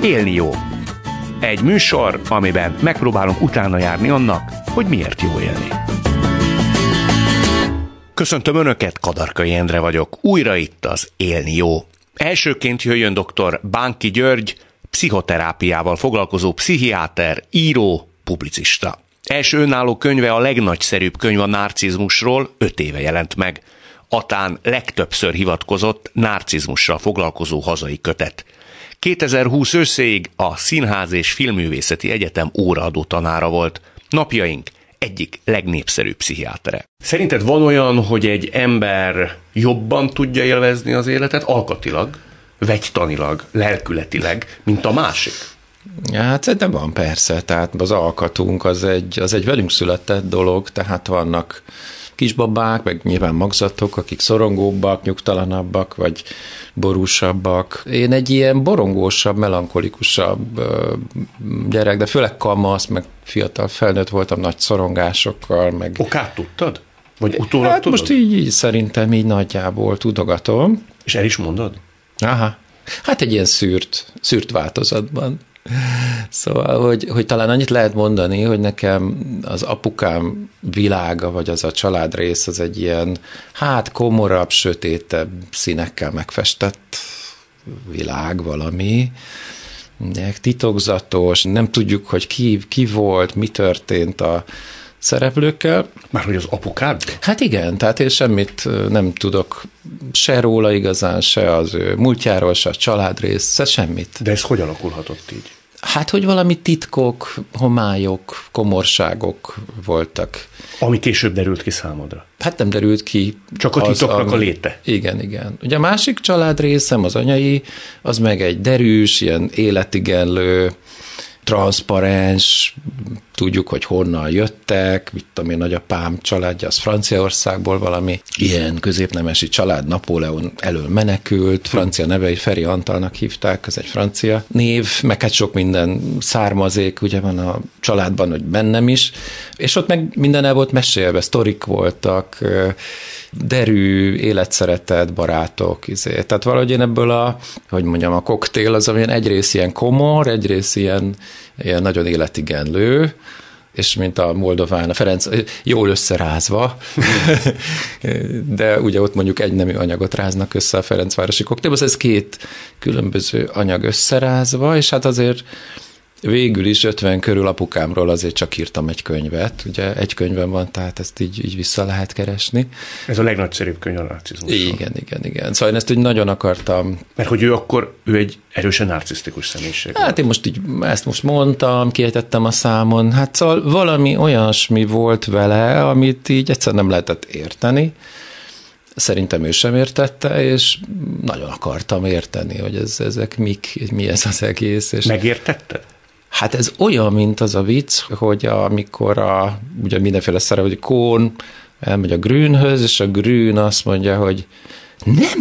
Élni jó. Egy műsor, amiben megpróbálunk utána járni annak, hogy miért jó élni. Köszöntöm Önöket, Kadarkai Endre vagyok. Újra itt az Élni jó. Elsőként jöjjön dr. Bánki György, pszichoterápiával foglalkozó pszichiáter, író, publicista. Első önálló könyve, a legnagyszerűbb könyv a narcizmusról, 5 éve jelent meg. Atán legtöbbször hivatkozott narcizmussal foglalkozó hazai kötet. 2020 őszéig a Színház és Filmművészeti Egyetem óraadó tanára volt. Napjaink egyik legnépszerűbb pszichiátere. Szerinted van olyan, hogy egy ember jobban tudja élvezni az életet alkatilag, vegytanilag, lelkületileg, mint a másik? Hát szerintem van, persze, tehát az alkatunk az egy velünk született dolog, tehát vannak kisbabák, meg nyilván magzatok, akik szorongóbbak, nyugtalanabbak, vagy borúsabbak. Én egy ilyen borongósabb, melankolikusabb gyerek, de főleg kamasz, meg fiatal felnőtt voltam nagy szorongásokkal. Meg... Okát tudtad? Vagy utólag hát tudod? Most így szerintem így nagyjából tudogatom. És el is mondod? Aha. Hát egy ilyen szűrt változatban. Szóval, hogy talán annyit lehet mondani, hogy nekem az apukám világa, vagy az a családrész, az egy ilyen, komorabb, sötétebb színekkel megfestett világ valami, titokzatos, nem tudjuk, hogy ki volt, mi történt a szereplőkkel. Márhogy az apukád? Hát igen, tehát én semmit nem tudok se róla igazán, se az ő múltjáról, se a családrész, se semmit. De ez hogy alakulhatott így? Hát, hogy valami titkok, homályok, komorságok voltak. Ami később derült ki számodra? Hát nem derült ki. Csak a titoknak a léte? Igen. Ugye a másik családrészem, az anyai, az meg egy derűs, ilyen életigenlő, transzparens, tudjuk, hogy honnan jöttek, mit tudom én, nagyapám családja, az Franciaországból valami ilyen középnemesi család, Napóleon elől menekült, francia nevei Feri Antalnak hívták, ez egy francia név, meg hát sok minden származék, ugye van a családban, hogy bennem is, és ott meg minden el volt mesélve, sztorik voltak, derű, életszeretett barátok, tehát valahogy én ebből a koktél az, amilyen egyrészt ilyen komor, egyrészt ilyen nagyon életigenlő, és mint a Moldován, a Ferenc, jól összerázva, de ugye ott mondjuk egynemű anyagot ráznak össze a ferencvárosi koktélból, ez 2 különböző anyag összerázva, és hát azért végül is 50 körül apukámról azért csak írtam egy könyvet, ugye egy könyvem van, tehát ezt így vissza lehet keresni. Ez a legnagyszerűbb könyv a narcizmusról. Igen. Szóval én ezt úgy nagyon akartam. Mert hogy ő egy erősen narcisztikus személyiség. Hát én ezt most mondtam, kiejtettem a számon, hát szóval valami olyasmi volt vele, amit így egyszer nem lehetett érteni. Szerintem ő sem értette, és nagyon akartam érteni, hogy ezek mi ez az egész. És megértetted? Hát ez olyan, mint az a vicc, hogy amikor ugye mindenféle szerep, hogy Kohn elmegy a Grünhöz, és a Grün azt mondja, hogy nem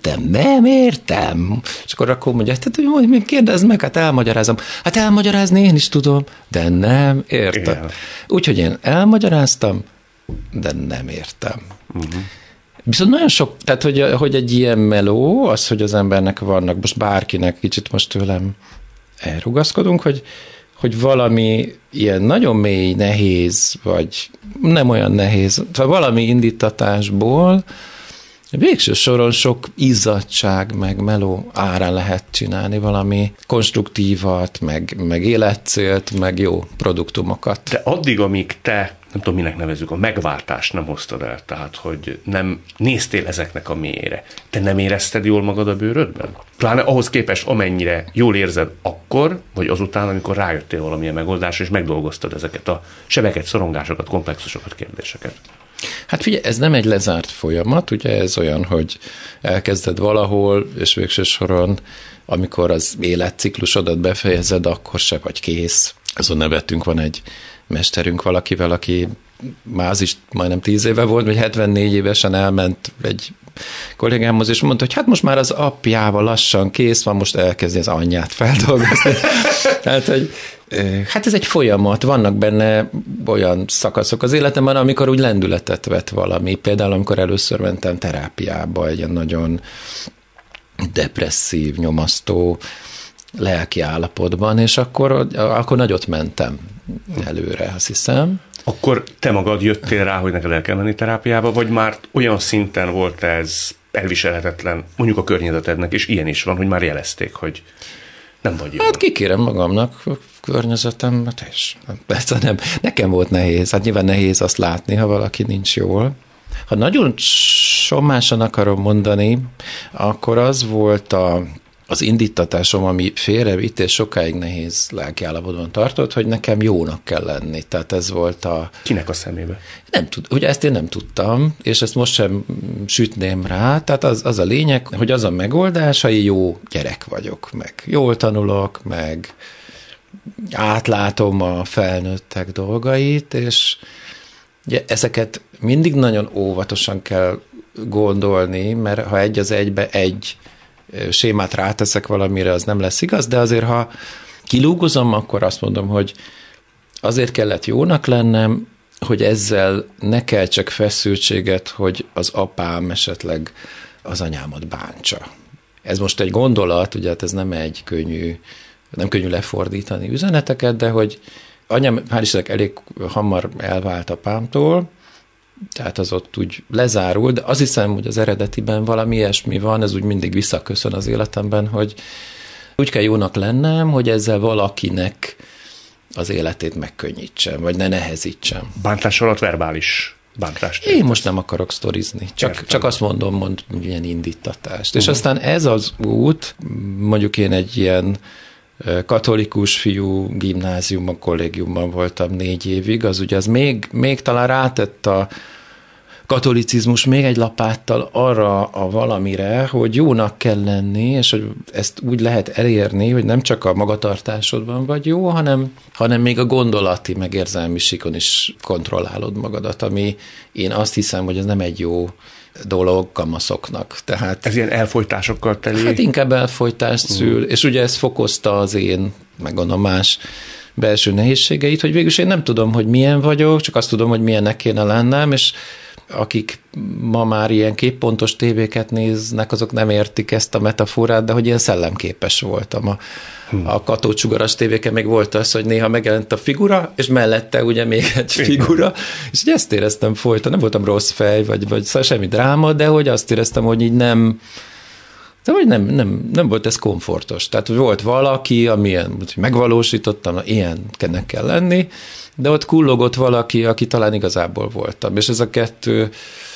értem. És akkor mondja, hogy kérdezd meg, hát elmagyarázom. Hát elmagyarázni én is tudom, de nem értem. Úgyhogy én elmagyaráztam, de nem értem. Uh-huh. Viszont nagyon sok, tehát hogy egy ilyen meló, az, hogy az embernek vannak, most bárkinek, kicsit most tőlem elrugaszkodunk, hogy valami ilyen nagyon mély, nehéz, vagy nem olyan nehéz, szóval valami indítatásból végső soron sok izzadság, meg meló árán lehet csinálni valami konstruktívat, meg életcélt, meg jó produktumokat. De addig, amíg te, nem tudom, minek nevezzük, a megváltást nem hoztad el, tehát, hogy nem néztél ezeknek a mélyére, te nem érezted jól magad a bőrödben? Pláne ahhoz képest, amennyire jól érzed akkor, vagy azután, amikor rájöttél valamilyen megoldásra, és megdolgoztad ezeket a sebeket, szorongásokat, komplexusokat, kérdéseket. Hát figyelj, ez nem egy lezárt folyamat, ugye ez olyan, hogy elkezded valahol, és végső soron, amikor az életciklusodat befejezed, akkor se vagy kész. Azon nevettünk, van egy mesterünk valakivel, aki már az is majdnem 10 éve volt, vagy 74 évesen elment egy kollégámhoz, és mondta, hogy hát most már az apjával lassan kész van, most elkezdi az anyját feldolgozni. Tehát, hogy hát ez egy folyamat, vannak benne olyan szakaszok az életemben, amikor úgy lendületet vett valami. Például, amikor először mentem terápiába, egy nagyon depresszív, nyomasztó lelki állapotban, és akkor nagyot mentem előre, azt hiszem. Akkor te magad jöttél rá, hogy neked el kell menni terápiába, vagy már olyan szinten volt ez elviselhetetlen, mondjuk a környezetednek, és ilyen is van, hogy már jelezték, hogy nem vagy jól. Hát kikérem magamnak a környezetem, nem. Nekem volt nehéz. Hát nyilván nehéz azt látni, ha valaki nincs jól. Ha nagyon sommásan akarom mondani, akkor az volt az indítatásom, ami félrevitt, és sokáig nehéz lelkiállapotban tartott, hogy nekem jónak kell lenni. Tehát ez volt Kinek a szemébe? Ugye ezt én nem tudtam, és ezt most sem sütném rá. Tehát az a lényeg, hogy az a megoldás, ha én jó gyerek vagyok, meg jól tanulok, meg átlátom a felnőttek dolgait, és ugye ezeket mindig nagyon óvatosan kell gondolni, mert ha egy az egybe egy sémát ráteszek valamire, az nem lesz igaz, de azért, ha kilúgozom, akkor azt mondom, hogy azért kellett jónak lennem, hogy ezzel ne keltsek feszültséget, hogy az apám esetleg az anyámat bántsa. Ez most egy gondolat, ugye hát ez nem könnyű lefordítani üzeneteket, de hogy anyám, hál' Istennek, elég hamar elvált apámtól, tehát az ott úgy lezárul, de azt hiszem, hogy az eredetiben valami ilyesmi van, ez úgy mindig visszaköszön az életemben, hogy úgy kell jónak lennem, hogy ezzel valakinek az életét megkönnyítsem, vagy ne nehezítsem. Bántás alatt verbális bántást. Én most nem akarok sztorizni, csak azt mondom ilyen indítatást. És aztán ez az út, mondjuk én egy ilyen katolikus fiú gimnáziumban, kollégiumban voltam 4 évig, az még talán rátett a katolicizmus még egy lapáttal arra a valamire, hogy jónak kell lenni, és hogy ezt úgy lehet elérni, hogy nem csak a magatartásodban vagy jó, hanem még a gondolati, meg érzelmi síkon is kontrollálod magadat, ami én azt hiszem, hogy ez nem egy jó dolog kamaszoknak. Tehát, ez ilyen elfojtásokkal teli? Hát inkább elfojtást szül, és ugye ez fokozta az én, meg gondolom más belső nehézségeit, hogy végülis én nem tudom, hogy milyen vagyok, csak azt tudom, hogy milyennek kéne lennem, és akik ma már ilyen képpontos tévéket néznek, azok nem értik ezt a metaforát, de hogy ilyen szellemképes voltam. A katócsugaras tévéken még volt az, hogy néha megjelent a figura, és mellette ugye még egy figura, és ugye ezt éreztem folyton, nem voltam rossz fej, vagy szóval semmi dráma, de hogy azt éreztem, hogy így nem volt ez komfortos. Tehát volt valaki, amilyen megvalósítottam, ilyennek kell lenni, de ott kullogott valaki, aki talán igazából voltam. És ez a kettő,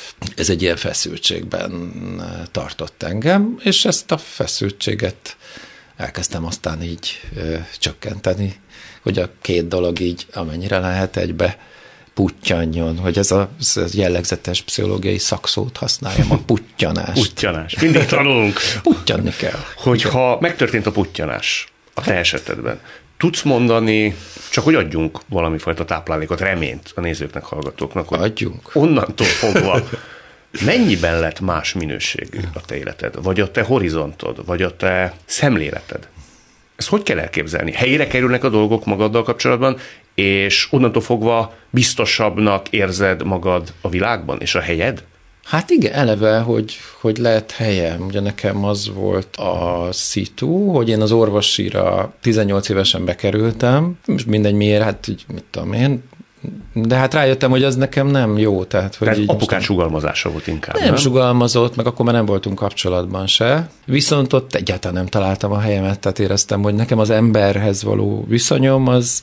ez egy ilyen feszültségben tartott engem, és ezt a feszültséget elkezdtem aztán így csökkenteni, hogy a két dolog így amennyire lehet egybe puttyanjon, hogy ez a jellegzetes pszichológiai szakszót használjam, a puttyanás. Puttyanás. Mindig tanulunk. Puttyanni kell. Hogyha megtörtént a puttyanás a te esetedben, tudsz mondani, csak hogy adjunk valamifajta táplálékot, reményt a nézőknek, hallgatóknak, hogy adjunk. Onnantól fogva mennyiben lett más minőségű a te életed, vagy a te horizontod, vagy a te szemléleted? Ezt hogy kell elképzelni? Helyére kerülnek a dolgok magaddal kapcsolatban, és onnantól fogva biztosabbnak érzed magad a világban, és a helyed? Hát igen, eleve, hogy lehet helyem. Ugye nekem az volt a szitu, hogy én az orvosira 18 évesen bekerültem, most mindegy miért, hát így, mit tudom én, de hát rájöttem, hogy az nekem nem jó. Tehát apukás sugalmazása volt inkább, nem sugalmazott, meg akkor már nem voltunk kapcsolatban se. Viszont ott egyáltalán nem találtam a helyemet, tehát éreztem, hogy nekem az emberhez való viszonyom az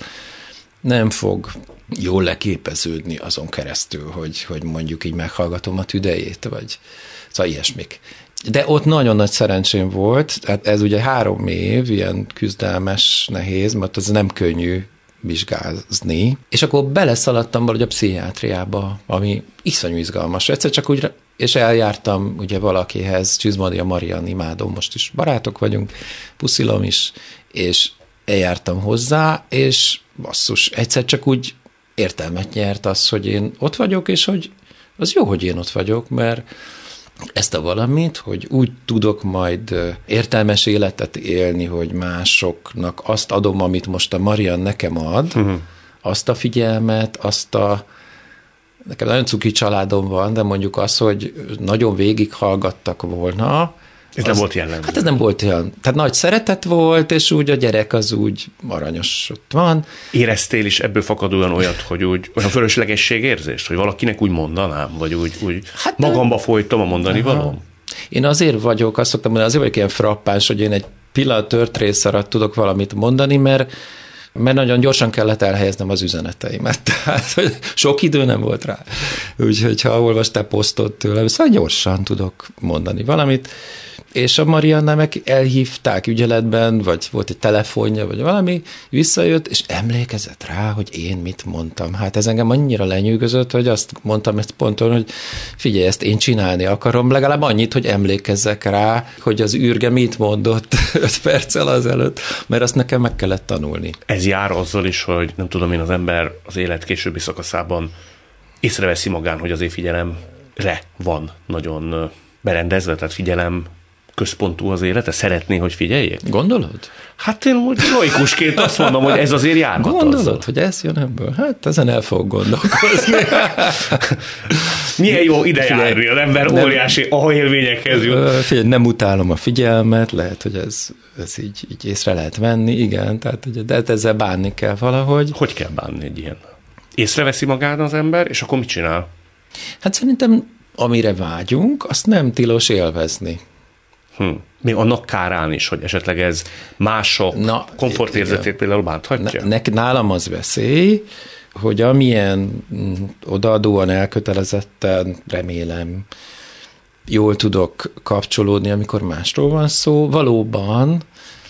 nem fog jól leképeződni azon keresztül, hogy mondjuk így meghallgatom a tüdejét, vagy szóval ilyesmik. De ott nagyon nagy szerencsém volt, tehát ez ugye 3 év, ilyen küzdelmes, nehéz, mert az nem könnyű vizsgázni, és akkor beleszaladtam valahogy a pszichiátriába, ami iszonyú izgalmas. Egyszer csak úgy, és eljártam ugye valakihez, Csizmadia Marian, imádom, most is barátok vagyunk, puszilom is, és eljártam hozzá, és basszus, egyszer csak úgy értelmet nyert az, hogy én ott vagyok, és hogy az jó, hogy én ott vagyok, mert ezt a valamit, hogy úgy tudok majd értelmes életet élni, hogy másoknak azt adom, amit most a Marian nekem ad, azt a figyelmet, nekem nagyon cuki családom van, de mondjuk az, hogy nagyon végighallgattak volna, Ez nem volt jellemző. Hát ez nem volt olyan. Tehát nagy szeretet volt, és úgy a gyerek az úgy aranyos ott van. Éreztél is ebből fakadóan olyat, hogy úgy olyan fölöslegességérzést, hogy valakinek úgy mondanám, vagy úgy hát magamba folytom a mondani valóm? Én azért vagyok, azt szoktam mondani, azért vagyok ilyen frappáns, hogy én egy pillanat történész alatt tudok valamit mondani, mert nagyon gyorsan kellett elhelyeznem az üzeneteimet. Tehát, hogy sok idő nem volt rá. Úgyhogy ha olvastál posztot tőlem, szóval gyorsan tudok mondani valamit. És a Marianna meg elhívták ügyeletben, vagy volt egy telefonja, vagy valami, visszajött, és emlékezett rá, hogy én mit mondtam. Hát ez engem annyira lenyűgözött, hogy azt mondtam ezt ponton, hogy figyelj, ezt én csinálni akarom, legalább annyit, hogy emlékezzek rá, hogy az űrge mit mondott 5 perccel azelőtt, mert azt nekem meg kellett tanulni. Ez jár azzal is, hogy nem tudom én, az ember az élet későbbi szakaszában észreveszi magán, hogy azért figyelemre van nagyon berendezve, tehát figyelem központú az élete? Szeretné, hogy figyeljék? Gondolod? Hát én úgy laikusként azt mondom, hogy ez azért járhat. Gondolod, azzal, hogy ez jön ebből? Hát ezen el fogok gondolkozni. Milyen jó ide járni, az ember óriási élményekhez jut. Figyelj, nem utálom a figyelmet, lehet, hogy ez így észre lehet venni, igen, tehát, de ezzel bánni kell valahogy. Hogy kell bánni egy ilyen? Észreveszi magát az ember, és akkor mit csinál? Hát szerintem, amire vágyunk, azt nem tilos élvezni. Még annak kárán is, hogy esetleg ez mások komfortérzetét például bánthatja? Nálam az veszély, hogy amilyen odaadóan, elkötelezetten, remélem, jól tudok kapcsolódni, amikor másról van szó, valóban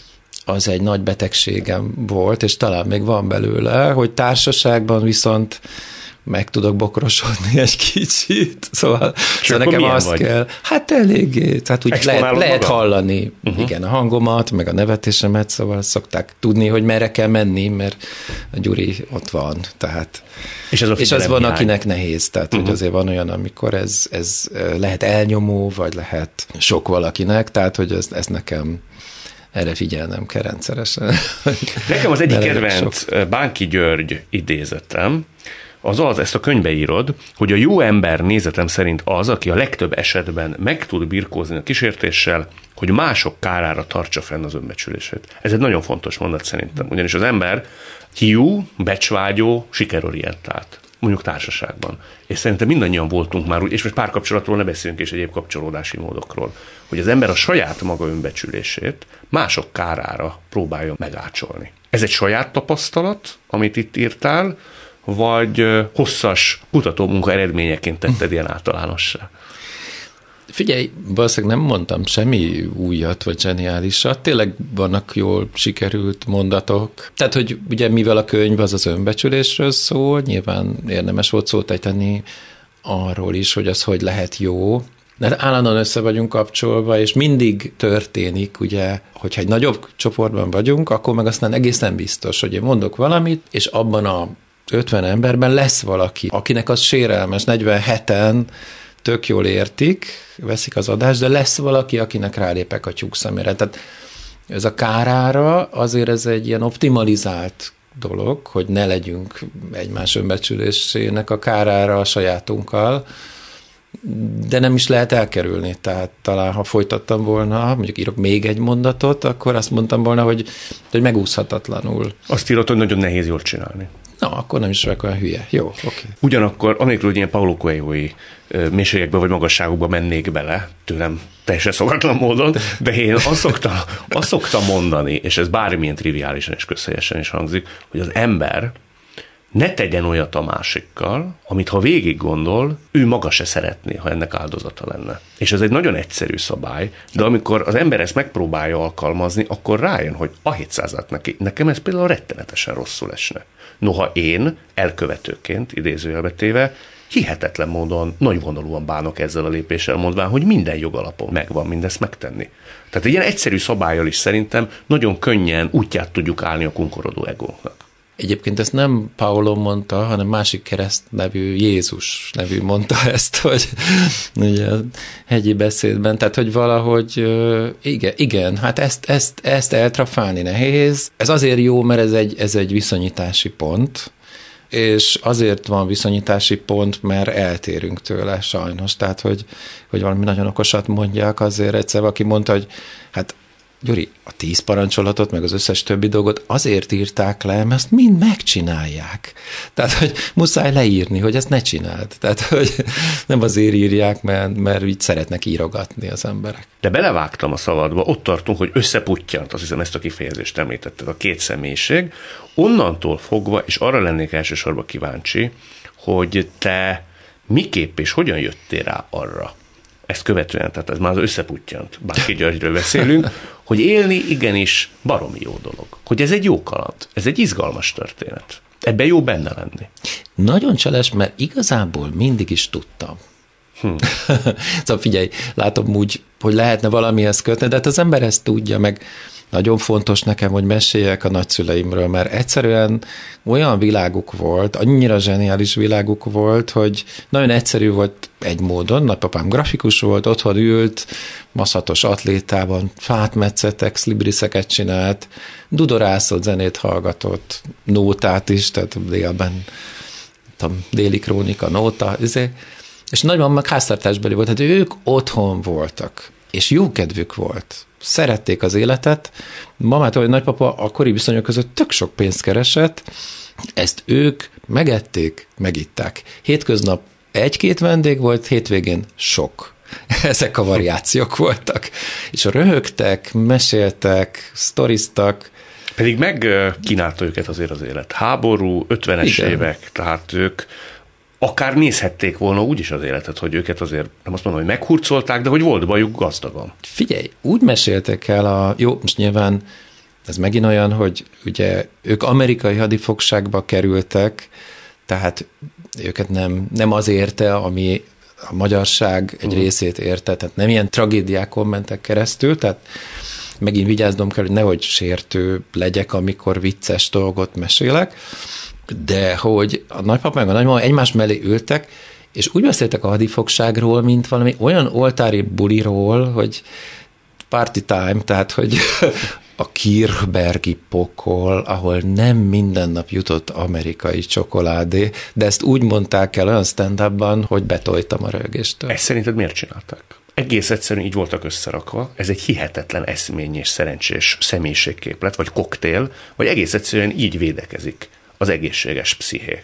az egy nagy betegségem volt, és talán még van belőle, hogy társaságban viszont meg tudok bokrosodni egy kicsit, szóval nekem azt vagy? Kell, hát eléggé, tehát úgy lehet hallani, igen, a hangomat, meg a nevetésemet, szóval szokták tudni, hogy merre kell menni, mert a Gyuri ott van, tehát és az van, akinek nehéz, tehát hogy azért van olyan, amikor ez lehet elnyomó, vagy lehet sok valakinek, tehát hogy ezt nekem erre figyelnem kell rendszeresen. Nekem az egyik kedvenc Bánki György idézetem, azaz ezt a könyvbe írod, hogy a jó ember nézetem szerint az, aki a legtöbb esetben meg tud birkózni a kísértéssel, hogy mások kárára tartsa fenn az önbecsülését. Ez egy nagyon fontos mondat szerintem, ugyanis az ember hiú, becsvágyó, sikerorientált, mondjuk társaságban. És szerintem mindannyian voltunk már úgy, és most párkapcsolatról ne beszélünk, és egyéb kapcsolódási módokról, hogy az ember a saját maga önbecsülését mások kárára próbálja megácsolni. Ez egy saját tapasztalat, amit itt írtál, vagy hosszas kutatómunka eredményeként tetted ilyen általánossá? Figyelj, valószínűleg nem mondtam semmi újat, vagy zseniálisat. Tényleg vannak jól sikerült mondatok. Tehát, hogy ugye mivel a könyv az önbecsülésről szól, nyilván érdemes volt szót ejteni arról is, hogy az hogy lehet jó. De állandóan össze vagyunk kapcsolva, és mindig történik, ugye, hogyha egy nagyobb csoportban vagyunk, akkor meg aztán egészen biztos, hogy én mondok valamit, és abban a 50 emberben lesz valaki, akinek az sérelmes, 47-en tök jól értik, veszik az adást, de lesz valaki, akinek rálépek a tyúk szemére. Tehát ez a kárára azért ez egy ilyen optimalizált dolog, hogy ne legyünk egymás önbecsülésének a kárára a sajátunkkal, de nem is lehet elkerülni. Tehát talán, ha folytattam volna, mondjuk írok még egy mondatot, akkor azt mondtam volna, hogy megúszhatatlanul. Azt írod, hogy nagyon nehéz jól csinálni. Na, akkor nem is vagyok olyan hülye. Jó, oké. Ugyanakkor, anélkül, hogy ilyen Paulo Coelho-i mélységekbe vagy magasságokba mennék bele, tőlem teljesen szokatlan módon, de én azt szoktam mondani, és ez bármilyen triviálisan és közhelyesen is hangzik, hogy az ember ne tegyen olyat a másikkal, amit ha végig gondol, ő maga se szeretné, ha ennek áldozata lenne. És ez egy nagyon egyszerű szabály, de amikor az ember ezt megpróbálja alkalmazni, akkor rájön, hogy a 700-at neki. Nekem ez például rettenetesen rosszul esne. Noha én elkövetőként, idézőjelbe téve, hihetetlen módon nagyvonalúan bánok ezzel a lépéssel, mondván, hogy minden jogalapon megvan mindezt megtenni. Tehát egy ilyen egyszerű szabállyal is szerintem nagyon könnyen útját tudjuk állni a kunkorodó egónknak. Egyébként ezt nem Paulo mondta, hanem másik kereszt nevű Jézus nevű mondta ezt, hogy ugye a hegyi beszédben, tehát hogy valahogy igen, hát ezt eltrafálni nehéz. Ez azért jó, mert ez egy viszonyítási pont, és azért van viszonyítási pont, mert eltérünk tőle sajnos. Tehát, hogy valami nagyon okosat mondjak, azért egyszer valaki mondta, hogy hát Gyuri, a 10 parancsolatot, meg az összes többi dolgot azért írták le, mert azt mind megcsinálják. Tehát, hogy muszáj leírni, hogy ezt ne csináld. Tehát, hogy nem azért írják, mert így szeretnek írogatni az emberek. De belevágtam a szavadba, ott tartunk, hogy összeputtyant, azt hiszem ezt a kifejezést említetted, a két személyiség. Onnantól fogva, és arra lennék elsősorban kíváncsi, hogy te miképp és hogyan jöttél rá arra, ezt követően, tehát ez már az összeputtyant, Bánki Györgyről beszélünk, hogy élni igenis baromi jó dolog. Hogy ez egy jó kaland, ez egy izgalmas történet. Ebben jó benne lenni. Nagyon cseles, mert igazából mindig is tudtam. Szóval figyelj, látom úgy, hogy lehetne valamihez kötni, de hát az ember ezt tudja, meg nagyon fontos nekem, hogy meséljek a nagyszüleimről, mert egyszerűen olyan világuk volt, annyira zseniális világuk volt, hogy nagyon egyszerű volt egy módon. Nagypapám grafikus volt, otthon ült, maszhatos atlétában, fát metszettek, szlibriszeket csinált, dudorászott, zenét hallgatott, nótát is, tehát délben, déli krónika, nóta, és nagymamám meg háztartásbeli volt, tehát ők otthon voltak, és jó kedvük volt. Szerették az életet. Mamától, hogy nagypapa akkori viszonyok között tök sok pénzt keresett, ezt ők megették, megitták. Hétköznap 1-2 vendég volt, hétvégén sok. Ezek a variációk voltak. És röhögtek, meséltek, sztoriztak. Pedig megkínálta őket azért az élet. Háború, 50-es évek, tehát ők akár nézhették volna úgy is az életet, hogy őket azért, nem azt mondom, hogy meghurcolták, de hogy volt bajuk gazdagon. Figyelj, úgy meséltek el jó, most nyilván ez megint olyan, hogy ugye ők amerikai hadifogságba kerültek, tehát őket nem az érte, ami a magyarság egy részét érte, tehát nem ilyen tragédiákon mentek keresztül, tehát megint vigyáznom kell, hogy nehogy sértő legyek, amikor vicces dolgot mesélek, de hogy a nagypapa meg a nagymama egymás mellé ültek, és úgy beszéltek a hadifogságról, mint valami olyan oltári buliról, hogy party time, tehát hogy a Kirchbergi pokol, ahol nem minden nap jutott amerikai csokoládé, de ezt úgy mondták el olyan stand-upban, hogy betoltam a röhögéstől. Ezt szerinted miért csinálták? Egész egyszerűen így voltak összerakva, ez egy hihetetlen eszmény és szerencsés személyiségképlet, vagy koktél, vagy egész egyszerűen így védekezik az egészséges psziché.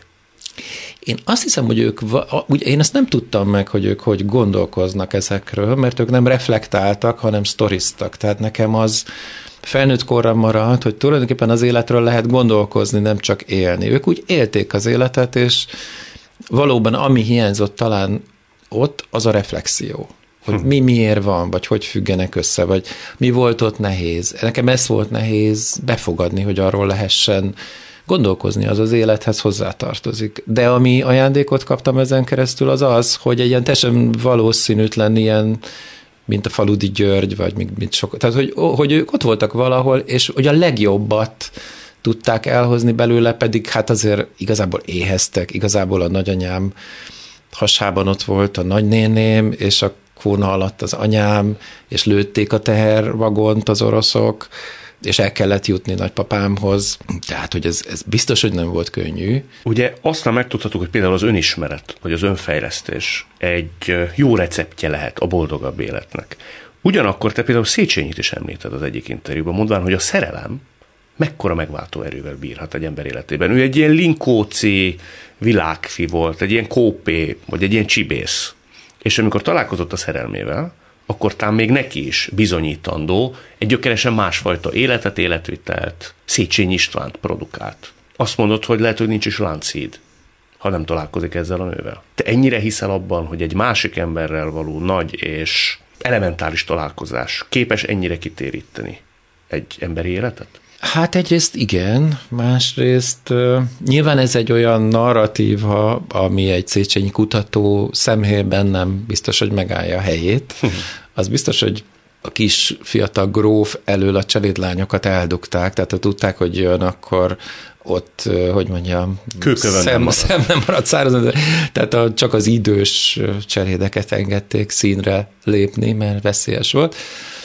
Én azt hiszem, hogy ők, ugye én ezt nem tudtam meg, hogy ők hogy gondolkoznak ezekről, mert ők nem reflektáltak, hanem sztoriztak. Tehát nekem az felnőtt korra maradt, hogy tulajdonképpen az életről lehet gondolkozni, nem csak élni. Ők úgy élték az életet, és valóban ami hiányzott talán ott, az a reflexió. Hogy mi miért van, vagy hogy függenek össze, vagy mi volt ott nehéz. Nekem ez volt nehéz befogadni, hogy arról lehessen gondolkozni, az élethez hozzátartozik. De ami ajándékot kaptam ezen keresztül, az az, hogy egy ilyen teljesen valószínűtlen ilyen, mint a Faludi György, vagy mint sok. Tehát, hogy ők ott voltak valahol, és hogy a legjobbat tudták elhozni belőle, pedig hát azért igazából éheztek, igazából a nagyanyám hasában ott volt a nagynéném, és a kóna alatt az anyám, és lőtték a tehervagont az oroszok, és el kellett jutni nagypapámhoz, tehát, hogy ez biztos, hogy nem volt könnyű. Ugye aztán megtudhatjuk, hogy például az önismeret, vagy az önfejlesztés egy jó receptje lehet a boldogabb életnek. Ugyanakkor te például Széchenyit is említed az egyik interjúban, mondván, hogy a szerelem mekkora megváltó erővel bírhat egy ember életében. Ő egy ilyen linkóci világfi volt, egy ilyen kópé, vagy egy ilyen csibész. És amikor találkozott a szerelmével, akkor talán még neki is bizonyítandó egy gyökeresen másfajta életvitelt, Széchenyi Istvánt produkált. Azt mondod, hogy lehet, hogy nincs is láncid, ha nem találkozik ezzel a nővel. Te ennyire hiszel abban, hogy egy másik emberrel való nagy és elementáris találkozás képes ennyire kitéríteni egy emberi életet? Hát egyrészt igen, másrészt nyilván ez egy olyan narratíva, ami egy Széchenyi kutató szemhéjában nem biztos, hogy megállja a helyét. Az biztos, hogy a kis fiatal gróf elől a cselédlányokat eldugták, tehát ha tudták, hogy jön, akkor ott, hogy mondjam, szem nem maradt szárazon, tehát csak az idős cselédeket engedték színre lépni, mert veszélyes volt.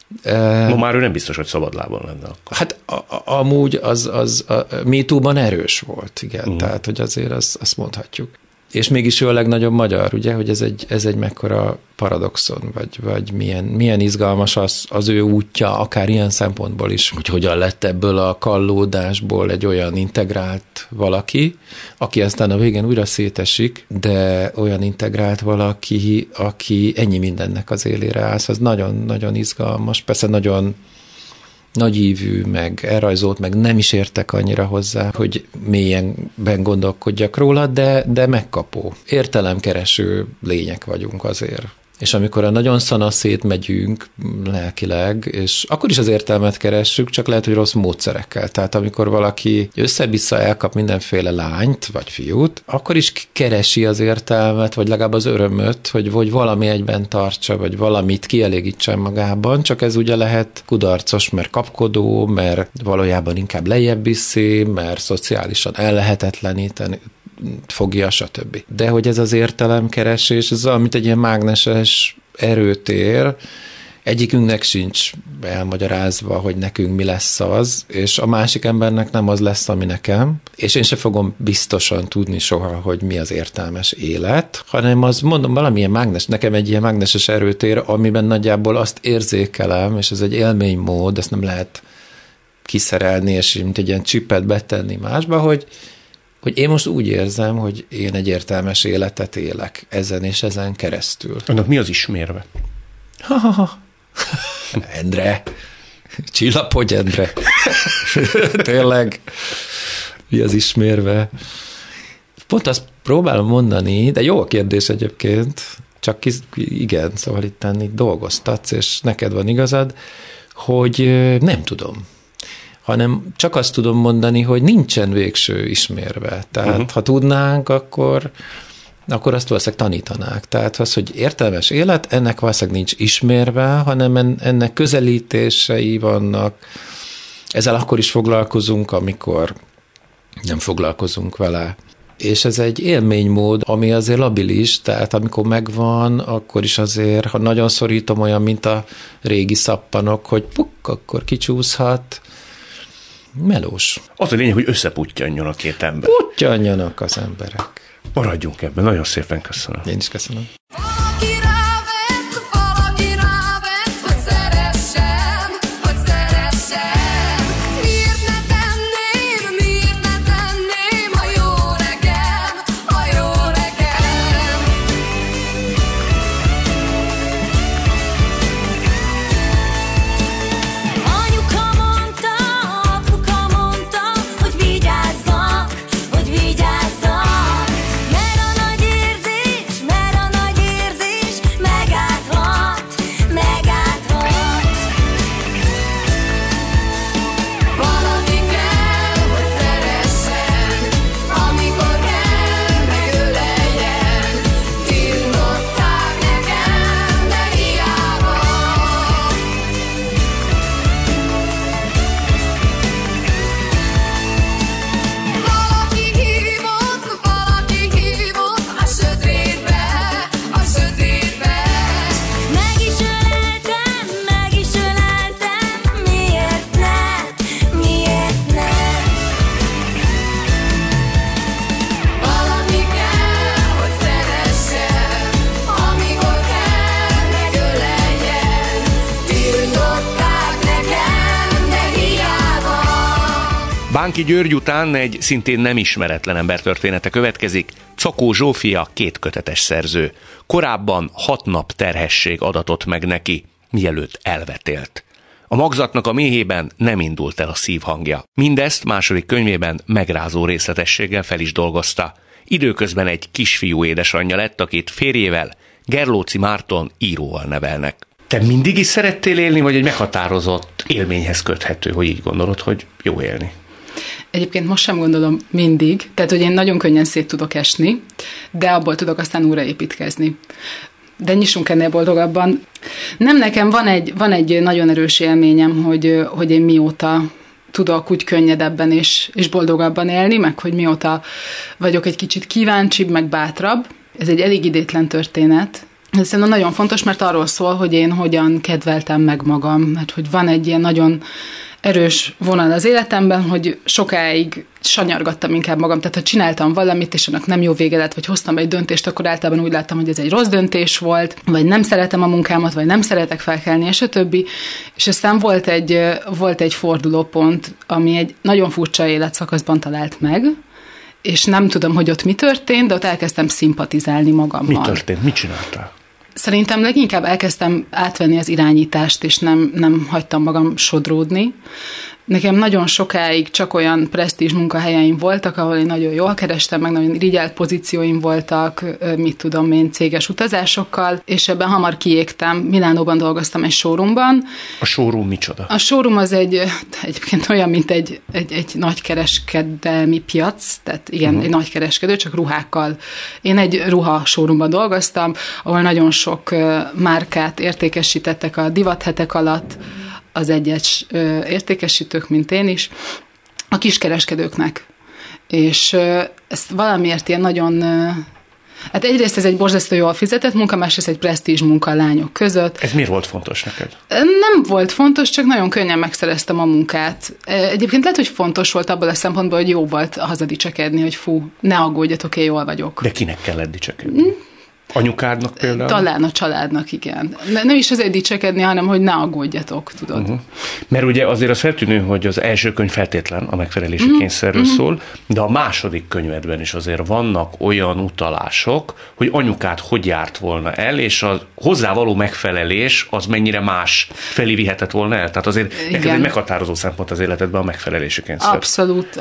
Ma már ő nem biztos, hogy szabadlábon lenne akkor. Hát amúgy az MeToo-ban erős volt, igen, tehát hogy azért azt mondhatjuk. És mégis ő a legnagyobb magyar, ugye, hogy ez egy mekkora paradoxon, vagy milyen izgalmas az ő útja, akár ilyen szempontból is, hogy hogyan lett ebből a kallódásból egy olyan integrált valaki, aki aztán a végén újra szétesik, de olyan integrált valaki, aki ennyi mindennek az élére áll. Az nagyon-nagyon izgalmas, persze nagyon nagyívű, meg elrajzolt, meg nem is értek annyira hozzá, hogy mélyenben gondolkodjak róla, de megkapó. Értelemkereső lények vagyunk azért. És amikor a nagyon szanaszét megyünk lelkileg, és akkor is az értelmet keressük, csak lehet, hogy rossz módszerekkel. Tehát amikor valaki össze-vissza elkap mindenféle lányt, vagy fiút, akkor is keresi az értelmet, vagy legalább az örömöt, hogy valami egyben tartsa, vagy valamit kielégítsen magában, csak ez ugye lehet kudarcos, mert kapkodó, mert valójában inkább lejjebb viszi, mert szociálisan ellehetetleníteni fogja, stb. De hogy ez az értelemkeresés, ez olyan, mint egy ilyen mágneses erőtér, egyikünknek sincs elmagyarázva, hogy nekünk mi lesz az, és a másik embernek nem az lesz, ami nekem, és én se fogom biztosan tudni soha, hogy mi az értelmes élet, hanem az, mondom, valamilyen nekem egy ilyen mágneses erőtér, amiben nagyjából azt érzékelem, és ez egy élménymód, ezt nem lehet kiszerelni, és mint egy ilyen csipet betenni másba, hogy én most úgy érzem, hogy én egy értelmes életet élek ezen és ezen keresztül. Annak mi az ismérve? Endre, csillapodj, Endre. Tényleg, mi az ismérve? Pont azt próbálom mondani, de jó a kérdés egyébként, csak igen, szóval itt dolgoztatsz, és neked van igazad, hogy nem tudom, hanem csak azt tudom mondani, hogy nincsen végső ismérve. Tehát ha tudnánk, akkor azt valószínűleg tanítanák. Tehát az, hogy értelmes élet, ennek valószínűleg nincs ismérve, hanem ennek közelítései vannak. Ezzel akkor is foglalkozunk, amikor nem foglalkozunk vele. És ez egy élménymód, ami azért labilis, tehát amikor megvan, akkor is azért, ha nagyon szorítom, olyan, mint a régi szappanok, hogy akkor kicsúszhat. Melós. Az a lényeg, hogy összeputtyanjon a két ember. Puttyanjanak az emberek. Maradjunk ebben. Nagyon szépen köszönöm. Én is köszönöm. Bánki György után egy szintén nem ismeretlen ember története következik. Czakó Zsófia kétkötetes szerző. Korábban 6 nap terhesség adatott meg neki, mielőtt elvetélt. A magzatnak a méhében nem indult el a szívhangja. Mindezt második könyvében megrázó részletességgel fel is dolgozta. Időközben egy kisfiú édesanyja lett, akit férjével, Gerlóci Márton íróval nevelnek. Te mindig is szerettél élni, vagy egy meghatározott élményhez köthető, hogy így gondolod, hogy jó élni? Egyébként most sem gondolom mindig, tehát hogy én nagyon könnyen szét tudok esni, de abból tudok aztán újraépítkezni. De nyissunk ennél boldogabban. Nem, nekem van egy nagyon erős élményem, hogy én mióta tudok úgy könnyedebben és boldogabban élni, meg hogy mióta vagyok egy kicsit kíváncsibb, meg bátrabb. Ez egy elég idétlen történet. Ez szerintem nagyon fontos, mert arról szól, hogy én hogyan kedveltem meg magam, mert hogy van egy ilyen nagyon erős vonal az életemben, hogy sokáig sanyargattam inkább magam, tehát ha csináltam valamit, és annak nem jó vége lett, vagy hoztam egy döntést, akkor általában úgy láttam, hogy ez egy rossz döntés volt, vagy nem szeretem a munkámat, vagy nem szeretek felkelni, és a többi. És aztán volt egy fordulópont, ami egy nagyon furcsa életszakaszban talált meg, és nem tudom, hogy ott mi történt, de ott elkezdtem szimpatizálni magammal. Mi történt? Mit csináltál? Szerintem leginkább elkezdtem átvenni az irányítást, és nem hagytam magam sodródni. Nekem nagyon sokáig csak olyan presztízs munkahelyeim voltak, ahol én nagyon jól kerestem, meg nagyon irigyelt pozícióim voltak, mit tudom én, céges utazásokkal, és ebben hamar kiégtem. Milánóban dolgoztam egy showroomban. A showroom micsoda? A showroom az egyébként olyan, mint egy nagykereskedelmi piac, tehát igen, egy nagykereskedő, csak ruhákkal. Én egy ruha showroomban dolgoztam, ahol nagyon sok márkát értékesítettek a divathetek alatt, az egyes értékesítők, mint én is, a kiskereskedőknek. És ezt valamiért ilyen nagyon... Hát egyrészt ez egy borzasztó jól fizetett munka, másrészt egy presztízs munka a lányok között. Ez miért volt fontos neked? Nem volt fontos, csak nagyon könnyen megszereztem a munkát. Egyébként lehet, hogy fontos volt abból a szempontból, hogy jó volt hazadicsekedni, hogy fú, ne aggódjatok, én jól vagyok. De kinek kellett dicsekedni? Anyukádnak például? Talán a családnak, igen. Nem is azért dicsekedni, hanem hogy ne aggódjatok, tudod. Mert ugye azért az feltűnő, hogy az első könyv feltétlen a megfelelési kényszerről szól, de a második könyvedben is azért vannak olyan utalások, hogy anyukád hogy járt volna el, és a hozzávaló megfelelés az mennyire más felé vihetett volna el. Tehát azért neked egy meghatározó szempont az életedben a megfelelési kényszer. Abszolút.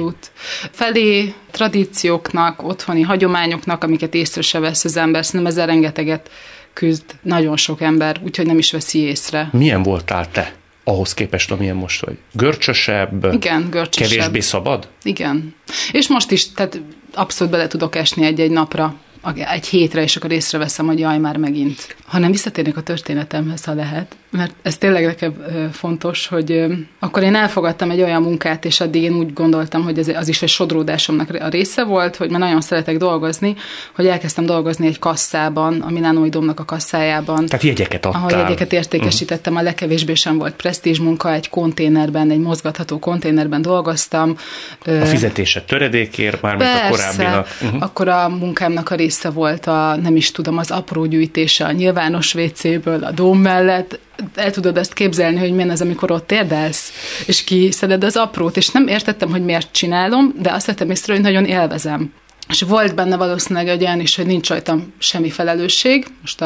Felé tradícióknak, otthoni hagyományoknak, amiket észre se vesz az ember, szerintem ezzel rengeteget küzd nagyon sok ember, úgyhogy nem is veszi észre. Milyen voltál te ahhoz képest, amilyen most vagy? Görcsösebb? Igen, görcsösebb. Kevésbé szabad? Igen. És most is, tehát abszolút bele tudok esni egy napra, egy hétre, és akkor észreveszem, hogy jaj, már megint. Hanem visszatérnek a történetemhez, ha lehet, mert ez tényleg nekem fontos, hogy akkor én elfogadtam egy olyan munkát, és addig én úgy gondoltam, hogy az is egy sodródásomnak a része volt, hogy már nagyon szeretek dolgozni, hogy elkezdtem dolgozni egy kasszában, a Milánói Dómnak a kasszájában. Tehát jegyeket adtál. Ahol jegyeket értékesítettem, a legkevésbé sem volt presztízs munka, egy konténerben, egy mozgatható konténerben dolgoztam. A fizetése töredékért, mármint a korábbinak. Akkor a munkámnak a része volt nem is tudom, az apró gyűjtése a nyilvános WC-ből, a Dóm mellett. El tudod ezt képzelni, hogy milyen az, amikor ott érdelsz, és kiszeded az aprót, és nem értettem, hogy miért csinálom, de azt vettem észre, hogy nagyon élvezem. És volt benne valószínűleg egy olyan is, hogy nincs rajtam semmi felelősség, most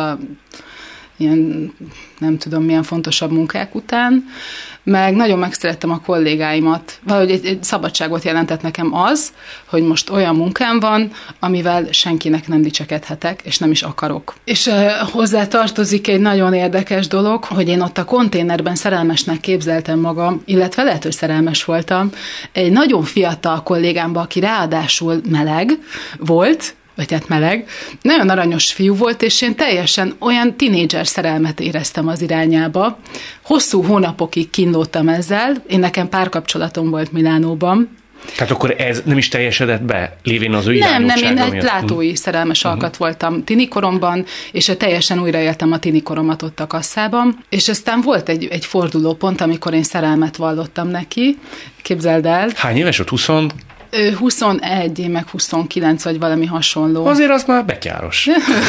ilyen nem tudom milyen fontosabb munkák után, meg nagyon megszerettem a kollégáimat. Valahogy egy szabadságot jelentett nekem az, hogy most olyan munkám van, amivel senkinek nem dicsekedhetek, és nem is akarok. És hozzá tartozik egy nagyon érdekes dolog, hogy én ott a konténerben szerelmesnek képzeltem magam, illetve lehet, hogy szerelmes voltam, egy nagyon fiatal kollégámba, aki ráadásul meleg volt, vagy hát meleg, nagyon aranyos fiú volt, és én teljesen olyan tinédzser szerelmet éreztem az irányába. Hosszú hónapokig kínlódtam ezzel, nekem párkapcsolatom volt Milánóban. Tehát akkor ez nem is teljesedett be, lévén az ő Nem, én egy látói szerelmes alkat voltam tinikoromban, és teljesen újraéltem a tinikoromat ott a kasszában, és aztán volt egy fordulópont, amikor én szerelmet vallottam neki, képzeld el. Hány éves ott? 21, én meg 29, vagy valami hasonló. Azért az már betyáros.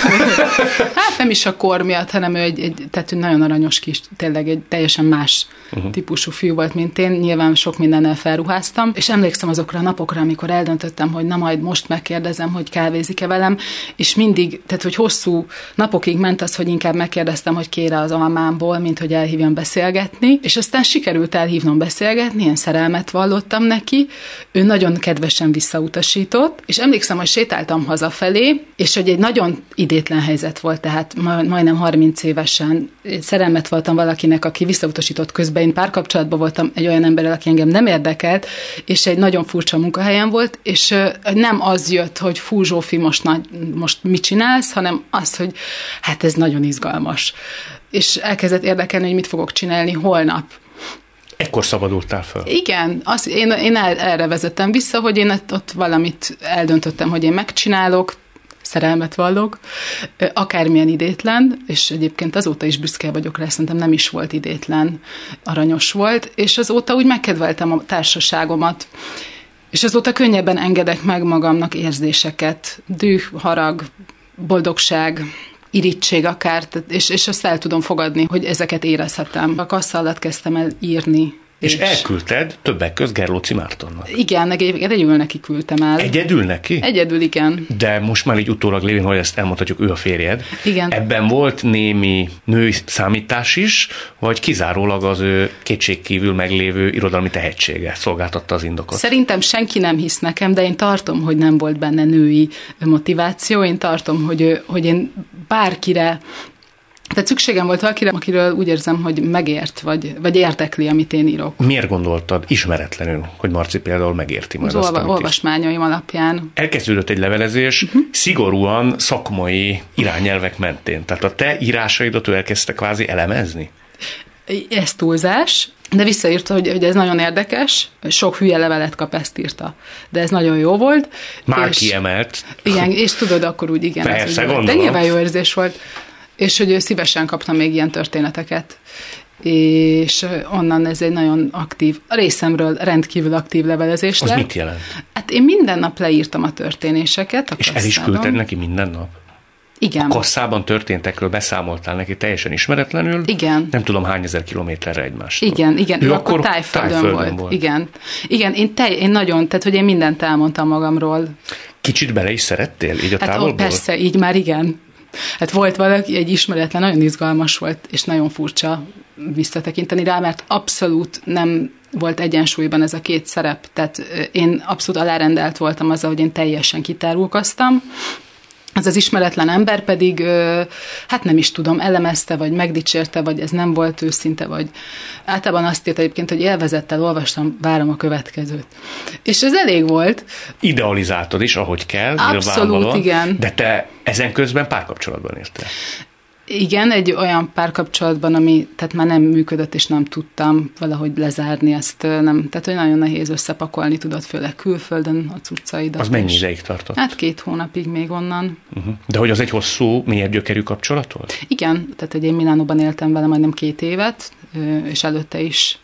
Hát nem is a kor miatt, hanem ő tehát nagyon aranyos kis, tényleg egy teljesen más típusú fiú volt, mint én. Nyilván sok mindennel felruháztam, és emlékszem azokra a napokra, amikor eldöntöttem, hogy na majd most megkérdezem, hogy kávézik-e velem, és mindig, tehát hogy hosszú napokig ment az, hogy inkább megkérdeztem, hogy kére az almámból, mint hogy elhívjam beszélgetni, és aztán sikerült elhívnom beszélgetni, ilyen szerelmet vallottam neki, ő nagyon kedvesen visszautasított, és emlékszem, hogy sétáltam hazafelé, és hogy egy nagyon idétlen helyzet volt, tehát majdnem 30 évesen szerelmet voltam valakinek, aki visszautasított közben, én párkapcsolatban voltam egy olyan emberrel, aki engem nem érdekelt, és egy nagyon furcsa munkahelyen volt, és nem az jött, hogy fú, Zsófi, most mit csinálsz, hanem az, hogy hát ez nagyon izgalmas. És elkezdett érdekelni, hogy mit fogok csinálni holnap. Ekkor szabadultál fel? Igen, én erre vezettem vissza, hogy én ott valamit eldöntöttem, hogy én megcsinálok, szerelmet vallok, akármilyen idétlen, és egyébként azóta is büszke vagyok rá, szerintem nem is volt idétlen, aranyos volt, és azóta úgy megkedveltem a társaságomat, és azóta könnyebben engedek meg magamnak érzéseket, düh, harag, boldogság, irigység akár, és azt el tudom fogadni, hogy ezeket érezhetem. A kassa alatt kezdtem el írni. És elküldted többek közt Gerlóci Mártonnak. Igen, egyedül neki küldtem el. Egyedül neki? Egyedül, igen. De most már így utólag lévén, hogy ezt elmondhatjuk, ő a férjed. Igen. Ebben volt némi női számítás is, vagy kizárólag az ő kétségkívül meglévő irodalmi tehetsége szolgáltatta az indokot? Szerintem senki nem hisz nekem, de én tartom, hogy nem volt benne női motiváció. Én tartom, hogy én bárkire, tehát szükségem volt valakire, akiről úgy érzem, hogy megért, vagy érdekli, amit én írok. Miért gondoltad ismeretlenül, hogy Marci például megérti majd azt, amit olvasmányaim alapján. Elkezdődött egy levelezés, szigorúan szakmai irányelvek mentén. Tehát a te írásaidat ő elkezdte kvázi elemezni? Ez túlzás, de visszaírta, hogy ez nagyon érdekes, sok hülye levelet kap, ezt írta. De ez nagyon jó volt. Már kiemelt. Igen, és tudod, akkor úgy igen. Persze, gondolom. De nyilván jó érzés volt. És hogy ő szívesen kapta még ilyen történeteket. És onnan ez egy nagyon aktív, a részemről rendkívül aktív levelezés lett. Az mit jelent? Hát én minden nap leírtam a történéseket. És el is küldted neki minden nap? Igen. A kasszában történtekről beszámoltál neki teljesen ismeretlenül? Igen. Nem tudom hány ezer kilométerre egymástól. Igen. Ő akkor Tájföldön volt. Igen, én nagyon, tehát hogy én mindent elmondtam magamról. Kicsit bele is szerettél így a távolból? Persze, így már igen. Hát volt valaki, egy ismeretlen, nagyon izgalmas volt, és nagyon furcsa visszatekinteni rá, mert abszolút nem volt egyensúlyban ez a két szerep, tehát én abszolút alárendelt voltam azzal, hogy én teljesen kitárulkoztam, az ismeretlen ember pedig, hát nem is tudom, elemezte, vagy megdicsérte, vagy ez nem volt őszinte, vagy általában azt írt egyébként, hogy élvezettel olvastam, várom a következőt. És ez elég volt. Idealizáltad is, ahogy kell. Abszolút, igen. De te ezen közben párkapcsolatban értél. Igen, egy olyan párkapcsolatban, ami tehát már nem működött, és nem tudtam valahogy lezárni ezt, nem, tehát hogy nagyon nehéz összepakolni, tudod, főleg külföldön a cuccaidat. Az mennyi ideig tartott? Hát 2 hónapig még onnan. De hogy az egy hosszú, mélyebb gyökerű kapcsolat volt? Igen, tehát hogy én Milánóban éltem vele majdnem 2 évet, és előtte is.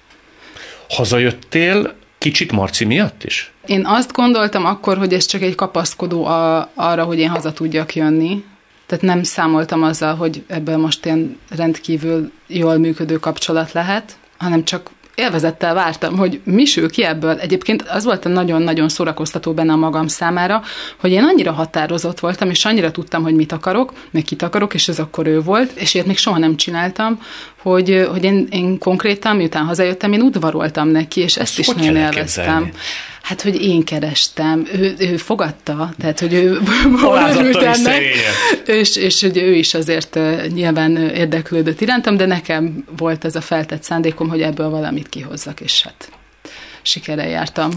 Hazajöttél kicsit Marci miatt is? Én azt gondoltam akkor, hogy ez csak egy kapaszkodó arra, hogy én haza tudjak jönni. Tehát nem számoltam azzal, hogy ebből most ilyen rendkívül jól működő kapcsolat lehet, hanem csak élvezettel vártam, hogy mi sül ki ebből. Egyébként az volt nagyon-nagyon szórakoztató benne a magam számára, hogy én annyira határozott voltam, és annyira tudtam, hogy mit akarok, meg kit akarok, és ez akkor ő volt, és ilyet még soha nem csináltam, hogy én konkrétan, miután hazajöttem, én udvaroltam neki, és ezt is nagyon élveztem. Hát, hogy én kerestem, ő fogadta, tehát, hogy ő örült ennek, és hogy ő is azért nyilván érdeklődött irántam, de nekem volt ez a feltett szándékom, hogy ebből valamit kihozzak, és hát sikerrel jártam.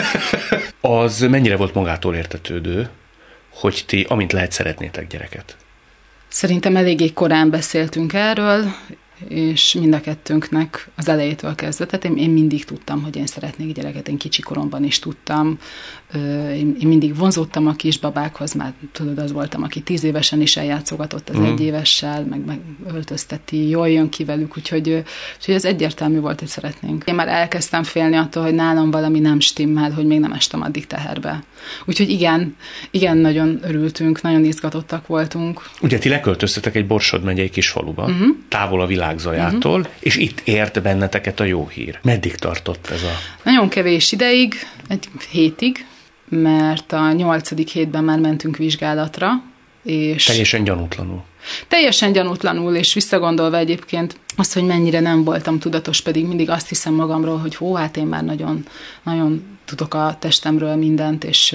Az mennyire volt magától értetődő, hogy ti, amint lehet, szeretnétek gyereket? Szerintem eléggé korán beszéltünk erről, és mind a kettőnknek az elejétől kezdve. Tehát én mindig tudtam, hogy én szeretnék gyereket, én kicsi koromban is tudtam. Én mindig vonzódtam a kisbabákhoz, már tudod, az voltam, aki 10 évesen is eljátszogatott az 1 évessel, meg öltözteti, jól jön ki velük, úgyhogy ez egyértelmű volt, hogy szeretnénk. Én már elkezdtem félni attól, hogy nálam valami nem stimmel, hogy még nem estem addig teherbe. Úgyhogy igen, nagyon örültünk, nagyon izgatottak voltunk. Ugye ti leköltöztetek egy Borsod megyei kis faluba, távol a világ zajától, és itt ért benneteket a jó hír. Meddig tartott ez a... Nagyon kevés ideig, 1 hétig, mert a 8. hétben már mentünk vizsgálatra, és... Teljesen gyanútlanul, és visszagondolva egyébként azt, hogy mennyire nem voltam tudatos, pedig mindig azt hiszem magamról, hogy hát én már nagyon, nagyon tudok a testemről mindent, és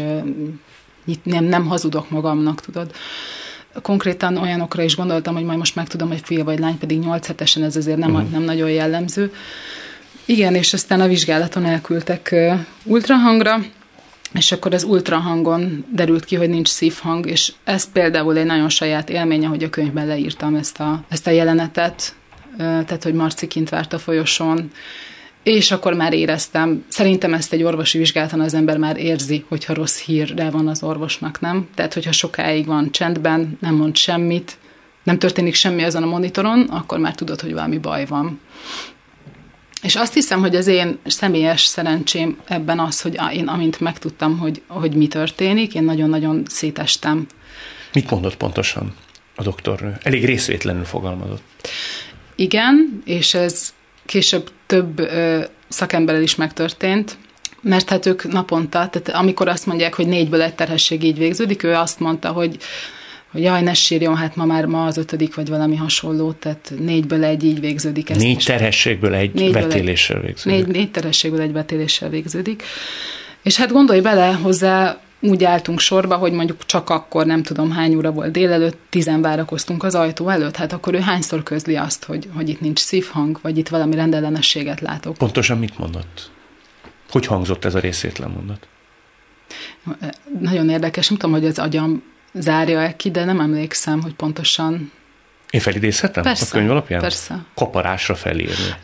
nem hazudok magamnak, tudod. Konkrétan olyanokra is gondoltam, hogy majd most megtudom, hogy fiú vagy lány, pedig 8 hetesen ez azért nem nagyon jellemző. Igen, és aztán a vizsgálaton elküldtek ultrahangra, és akkor az ultrahangon derült ki, hogy nincs szívhang, és ez például egy nagyon saját élménye, hogy a könyvben leírtam ezt a jelenetet, tehát, hogy Marci kint várt a folyosón, És akkor már éreztem, szerintem ezt egy orvosi vizsgálaton az ember már érzi, hogyha rossz hírre van az orvosnak, nem? Tehát, hogyha sokáig van csendben, nem mond semmit, nem történik semmi azon a monitoron, akkor már tudod, hogy valami baj van. És azt hiszem, hogy az én személyes szerencsém ebben az, hogy én amint megtudtam, hogy mi történik, én nagyon-nagyon szétestem. Mit mondott pontosan a doktornő? Elég részvétlenül fogalmazott. Igen, és ez később több szakemberrel is megtörtént, mert hát ők naponta, tehát amikor azt mondják, hogy 4-ből egy terhesség így végződik, ő azt mondta, hogy jaj, ne sírjon, hát ma az 5. vagy valami hasonló, tehát 4-ből egy így végződik. 4 terhességből egy vetéléssel végződik. 4 terhességből egy vetéléssel végződik. És hát gondolj bele, hozzá úgy álltunk sorba, hogy mondjuk csak akkor, nem tudom hány óra volt délelőtt, 10 várakoztunk az ajtó előtt, hát akkor ő hányszor közli azt, hogy itt nincs szívhang, vagy itt valami rendellenességet látok. Pontosan mit mondott? Hogy hangzott ez a részvétlen mondat? Nagyon érdekes, nem tudom, hogy az agyam zárja ki, de nem emlékszem, hogy pontosan... Én felidézhetem persze, a könyv alapján? Persze. Kaparásra felírni.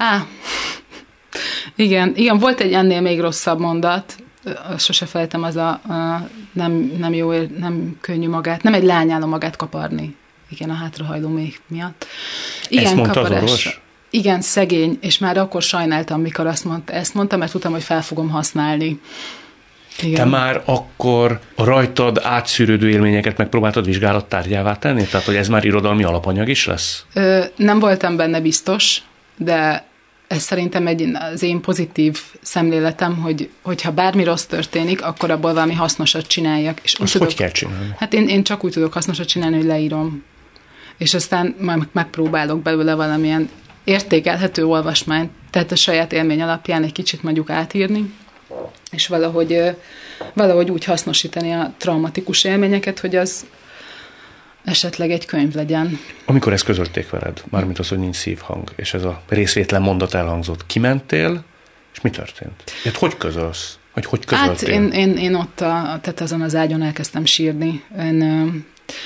Igen, volt egy ennél még rosszabb mondat, sose felejtem, az nem jó, nem könnyű magát, nem egy lány álló magát kaparni. Igen, a hátrahajló még miatt. Igen, ezt mondta az orvos? Igen, szegény, és már akkor sajnáltam, mikor ezt mondta, mert tudtam, hogy fel fogom használni. Igen. Te már akkor a rajtad átszűrődő élményeket megpróbáltad vizsgálattárgyává tenni? Tehát, hogy ez már irodalmi alapanyag is lesz? Nem voltam benne biztos, de ez szerintem az én pozitív szemléletem, hogyha bármi rossz történik, akkor abból valami hasznosat csináljak. És azt hogy kell csinálni? Hát én csak úgy tudok hasznosat csinálni, hogy leírom. És aztán majd megpróbálok belőle valamilyen értékelhető olvasmányt, tehát a saját élmény alapján egy kicsit mondjuk átírni, és valahogy úgy hasznosítani a traumatikus élményeket, hogy az esetleg egy könyv legyen. Amikor ezt közölték veled, mármint az, hogy nincs szívhang, és ez a részvétlen mondat elhangzott, kimentél, és mi történt? Hát hogy közölsz? Hogy közöltél? Hát én ott tehát azon az ágyon elkezdtem sírni. Én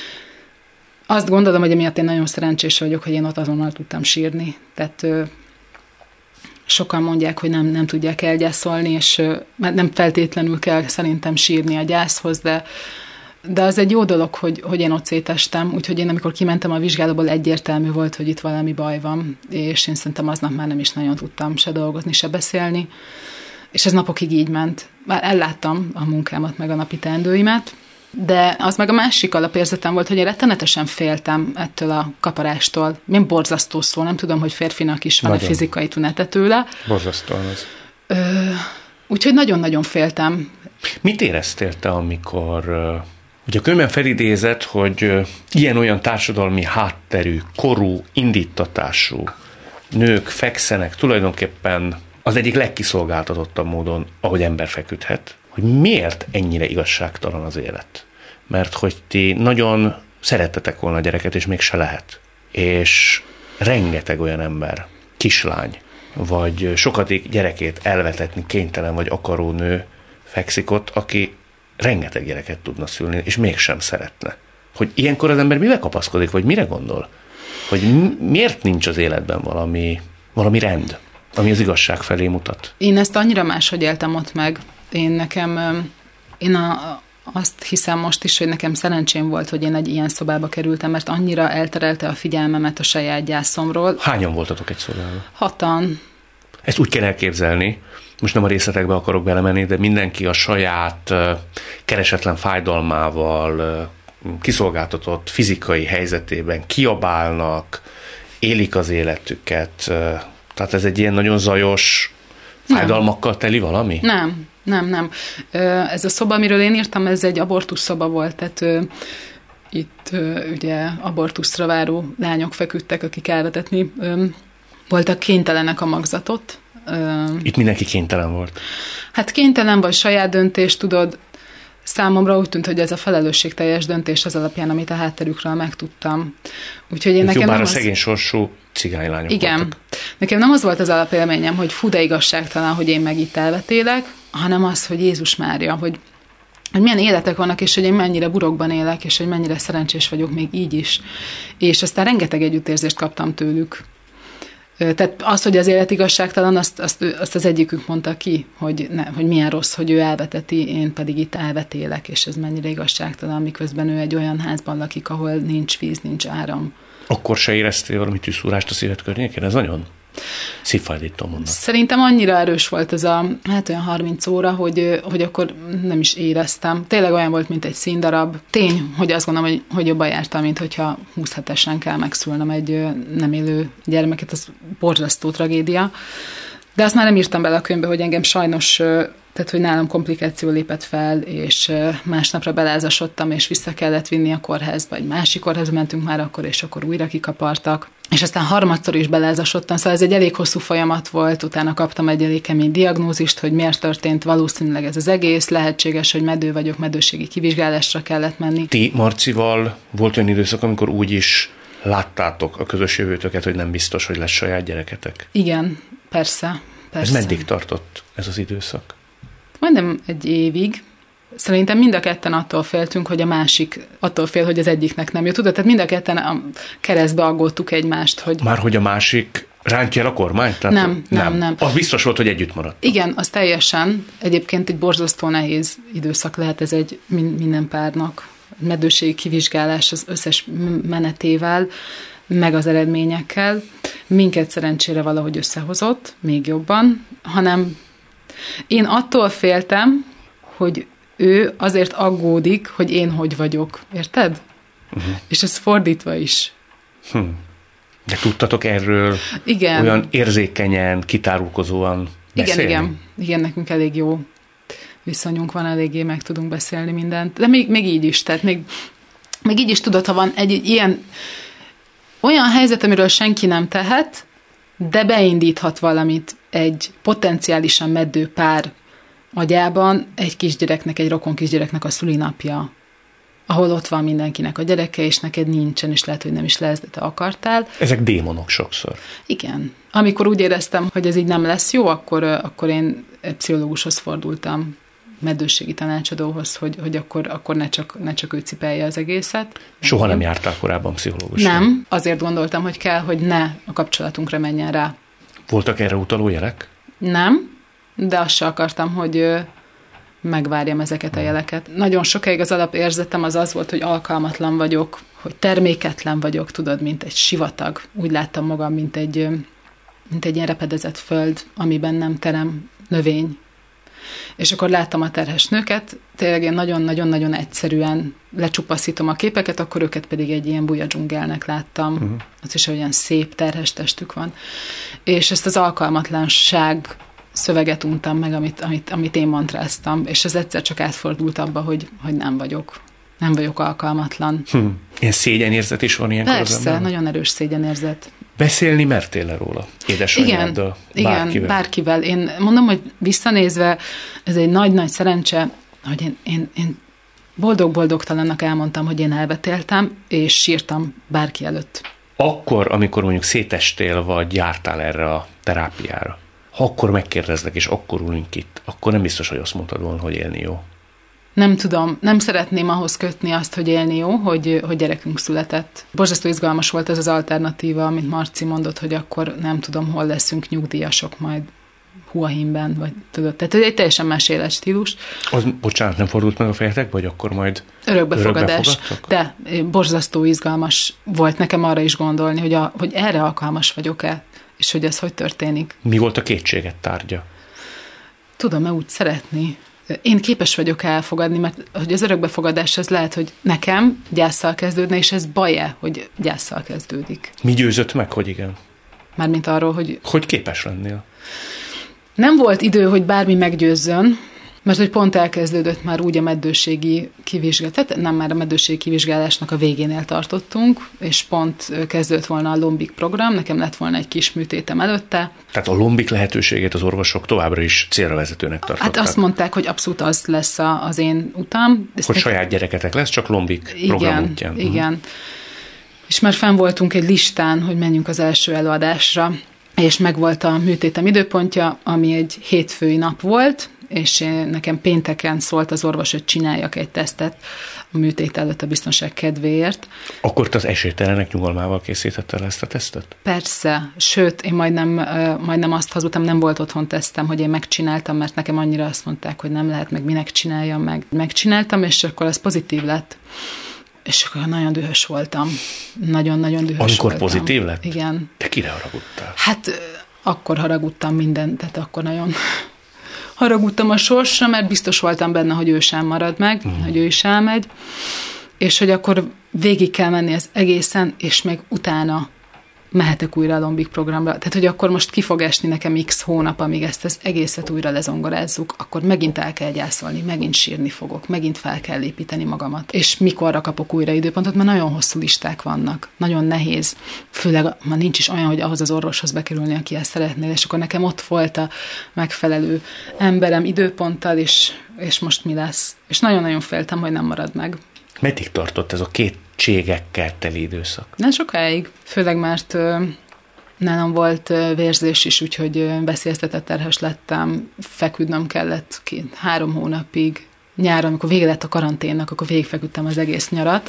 azt gondolom, hogy emiatt én nagyon szerencsés vagyok, hogy én ott azonnal tudtam sírni. Tehát sokan mondják, hogy nem tudják elgyászolni, és nem feltétlenül kell szerintem sírni a gyászhoz, de az egy jó dolog, hogy én ott szétestem, úgyhogy én amikor kimentem a vizsgálatóból, egyértelmű volt, hogy itt valami baj van, és én szerintem aznap már nem is nagyon tudtam se dolgozni, se beszélni, és ez napokig így ment. Már elláttam a munkámat, meg a napi teendőimet, de az meg a másik alapérzetem volt, hogy én rettenetesen féltem ettől a kaparástól. Milyen borzasztó szó, nem tudom, hogy férfinak is van a fizikai tünete tőle. Borzasztóan az. Úgyhogy nagyon-nagyon féltem. Mit éreztél te, amikor... Ugye a könyvben felidézett, hogy ilyen-olyan társadalmi hátterű, korú, indítatású nők fekszenek tulajdonképpen az egyik legkiszolgáltatottabb módon, ahogy ember feküdhet, hogy miért ennyire igazságtalan az élet. Mert hogy ti nagyon szerettetek volna a gyereket, és mégse lehet. És rengeteg olyan ember, kislány, vagy sokadik gyerekét elvetetni kénytelen vagy akaró nő fekszik ott, aki rengeteg gyereket tudna szülni, és mégsem szeretne. Hogy ilyenkor az ember mivel kapaszkodik, vagy mire gondol? Hogy miért nincs az életben valami rend, ami az igazság felé mutat? Én ezt annyira máshogy éltem ott meg. Azt hiszem most is, hogy nekem szerencsém volt, hogy én egy ilyen szobába kerültem, mert annyira elterelte a figyelmemet a saját gyászomról. Hányan voltatok egy szobában? 6-an. Ezt úgy kell elképzelni, most nem a részletekbe akarok belemenni, de mindenki a saját keresetlen fájdalmával, kiszolgáltatott fizikai helyzetében kiabálnak, élik az életüket. Tehát ez egy ilyen nagyon zajos, fájdalmakkal teli valami? Nem. Ez a szoba, amiről én írtam, ez egy abortusz szoba volt, tehát itt ugye abortuszra váró lányok feküdtek, akik elvetetni voltak, kénytelenek a magzatot. Itt mindenki kénytelen volt. Hát kénytelen vagy saját döntés, tudod, számomra úgy tűnt, hogy ez a felelősségteljes döntés az alapján, amit a hátterükről megtudtam. Úgyhogy én nekem bár a szegény sorsú cigánylányok igen. voltak. Nekem nem az volt az alapélményem, hogy fú, de igazságtalan, hogy én meg itt elvetélek, hanem az, hogy Jézus Mária, hogy milyen életek vannak, és hogy én mennyire burokban élek, és hogy mennyire szerencsés vagyok még így is. És aztán rengeteg együttérzést kaptam tőlük. Tehát az, hogy az élet igazságtalan, azt az egyikük mondta ki, hogy milyen rossz, hogy ő elveteti, én pedig itt elvetélek, és ez mennyire igazságtalan, miközben ő egy olyan házban lakik, ahol nincs víz, nincs áram. Akkor se éreztél valami tűzszúrást a szíved környékén? Ez nagyon szívfájdító mondat. Szerintem annyira erős volt ez olyan 30 óra, hogy akkor nem is éreztem. Tényleg olyan volt, mint egy színdarab. Tény, hogy azt gondolom, hogy jobban jártam, mint hogyha 20 hetesen kell megszülnöm egy nem élő gyermeket. Ez borzasztó tragédia. De azt már nem írtam bele a könyvbe, hogy engem sajnos, tehát hogy nálam komplikáció lépett fel, és másnapra belázasodtam, és vissza kellett vinni a kórházba, egy másik kórházba mentünk már akkor, és akkor újra kikapartak. És aztán harmadszor is belázasodtam, szóval ez egy elég hosszú folyamat volt, utána kaptam egy elég kemény diagnózist, hogy miért történt valószínűleg ez az egész, lehetséges, hogy medő vagyok, medőségi kivizsgálásra kellett menni. Ti Marcival volt olyan időszak, amikor úgy is láttátok a közös jövőtöket, hogy nem biztos, hogy lesz saját gyereketek? Igen, persze. Ez meddig tartott, ez az időszak? Majdnem egy évig. Szerintem mind a ketten attól féltünk, hogy a másik attól fél, hogy az egyiknek nem jött. Tudod, tehát mind a ketten a keresztbe aggódtuk egymást, hogy... Már hogy a másik rántja el a kormányt? Tehát nem. Az biztos volt, hogy együtt maradt. Igen, az teljesen. Egyébként egy borzasztó nehéz időszak lehet ez egy minden párnak. Medőségi kivizsgálás az összes menetével, meg az eredményekkel. Minket szerencsére valahogy összehozott, még jobban, hanem én attól féltem, hogy ő azért aggódik, hogy én hogy vagyok. Érted? Uh-huh. És ez fordítva is. De tudtatok erről olyan érzékenyen, kitárulkozóan beszélni? Igen, nekünk elég jó viszonyunk van, eléggé meg tudunk beszélni mindent. De még így is, tehát még így is tudod, ha van egy ilyen olyan helyzet, amiről senki nem tehet, de beindíthat valamit egy potenciálisan meddő pár agyában egy kisgyereknek, egy rokon kisgyereknek a szülinapja, ahol ott van mindenkinek a gyereke, és neked nincsen, és lehet, hogy nem is lesz, de te akartál. Ezek démonok sokszor. Igen. Amikor úgy éreztem, hogy ez így nem lesz jó, akkor én egy pszichológushoz fordultam, meddőségi tanácsadóhoz, hogy akkor ne csak ő cipelje az egészet. Soha nem jártál korábban pszichológusra? Nem. Azért gondoltam, hogy kell, hogy ne a kapcsolatunkra menjen rá. Voltak erre utaló jelek? Nem, de azt se akartam, hogy megvárjam ezeket a jeleket. Nagyon sokáig az alapérzetem az volt, hogy alkalmatlan vagyok, hogy terméketlen vagyok, tudod, mint egy sivatag. Úgy láttam magam, mint egy ilyen repedezett föld, amiben nem terem növény. És akkor láttam a terhes nőket, tényleg én nagyon-nagyon-nagyon egyszerűen lecsupaszítom a képeket, akkor őket pedig egy ilyen buja dzsungelnek láttam. Uh-huh. Az is olyan szép terhes testük van. És ezt az alkalmatlanság szöveget untam meg, amit én mantráztam, és ez egyszer csak átfordult abba, hogy nem vagyok alkalmatlan. Ilyen szégyenérzet is van ilyenkor? Persze, nagyon erős szégyenérzet. Beszélni mertél róla? Édesanyáddal? Igen, bárkivel. Én mondom, hogy visszanézve, ez egy nagy-nagy szerencse, hogy én boldog-boldogtalannak elmondtam, hogy én elvetéltem, és sírtam bárki előtt. Akkor, amikor mondjuk szétestél, vagy jártál erre a terápiára, ha akkor megkérdezlek, és akkor ülünk itt, akkor nem biztos, hogy azt mondtad volna, hogy élni jó. Nem tudom, nem szeretném ahhoz kötni azt, hogy élni jó, hogy gyerekünk született. Borzasztó izgalmas volt ez az alternatíva, amit Marci mondott, hogy akkor nem tudom, hol leszünk nyugdíjasok majd Hua Hinhben, vagy tudod. Tehát ez egy teljesen más életstílus. Az, bocsánat, nem fordult meg a fejetek, vagy akkor majd örökbefogadás. De borzasztó izgalmas volt nekem arra is gondolni, hogy erre alkalmas vagyok-e, és hogy ez hogy történik. Mi volt a kétséget tárgya? Tudom-e úgy szeretni? Én képes vagyok elfogadni, mert hogy az örökbefogadás az lehet, hogy nekem gyásszal kezdődne, és ez baj-e, hogy gyásszal kezdődik. Mi győzött meg, hogy igen? Mármint arról, hogy... Hogy képes lennél? Nem volt idő, hogy bármi meggyőzzön, mert hogy pont elkezdődött már úgy a meddőségi kivizsgálás, tehát nem már a meddőségi kivizsgálásnak a végénél tartottunk, és pont kezdődött volna a lombik program, nekem lett volna egy kis műtétem előtte. Tehát a lombik lehetőségét az orvosok továbbra is célra vezetőnek tartották. Hát azt mondták, hogy abszolút az lesz az én utam. Hogy saját gyereketek lesz, csak lombik program útján. Igen. És már fenn voltunk egy listán, hogy menjünk az első előadásra, és megvolt a műtétem időpontja, ami egy hétfői nap volt, és nekem pénteken szólt az orvos, hogy csináljak egy tesztet, a műtét előtt a biztonság kedvéért. Akkor te az esélytelenek nyugalmával készítetted el ezt a tesztet? Persze, sőt, én majdnem azt hazudtam, nem volt otthon tesztem, hogy én megcsináltam, mert nekem annyira azt mondták, hogy nem lehet, meg minek csináljam meg. Megcsináltam, és akkor az pozitív lett. És akkor nagyon dühös voltam. Nagyon-nagyon dühös Amikor voltam. pozitív lett? Igen. Te kire haragudtál? Hát akkor haragudtam mindent, tehát akkor nagyon haragudtam a sorsra, mert biztos voltam benne, hogy ő sem marad meg, hogy ő is elmegy, és hogy akkor végig kell menni az egészen, és még utána mehetek újra a Lombik programra. Tehát, hogy akkor most ki fog esni nekem x hónap, amíg ezt az egészet újra lezongorázzuk, akkor megint el kell gyászolni, megint sírni fogok, megint fel kell építeni magamat. És mikorra kapok újra időpontot, mert nagyon hosszú listák vannak. Nagyon nehéz. Főleg, ma nincs is olyan, hogy ahhoz az orvoshoz bekerülni, aki ezt szeretnél, és akkor nekem ott volt a megfelelő emberem időponttal, és most mi lesz. És nagyon-nagyon féltem, hogy nem marad meg. Meddig tartott ez a kétségekkel teli időszak? Nem sokáig, főleg mert nálam volt vérzés is, úgyhogy veszélyeztetett terhes lettem, feküdnöm kellett 3 hónapig. Nyáron, amikor vége lett a karanténnak, akkor végigfeküdtem az egész nyarat.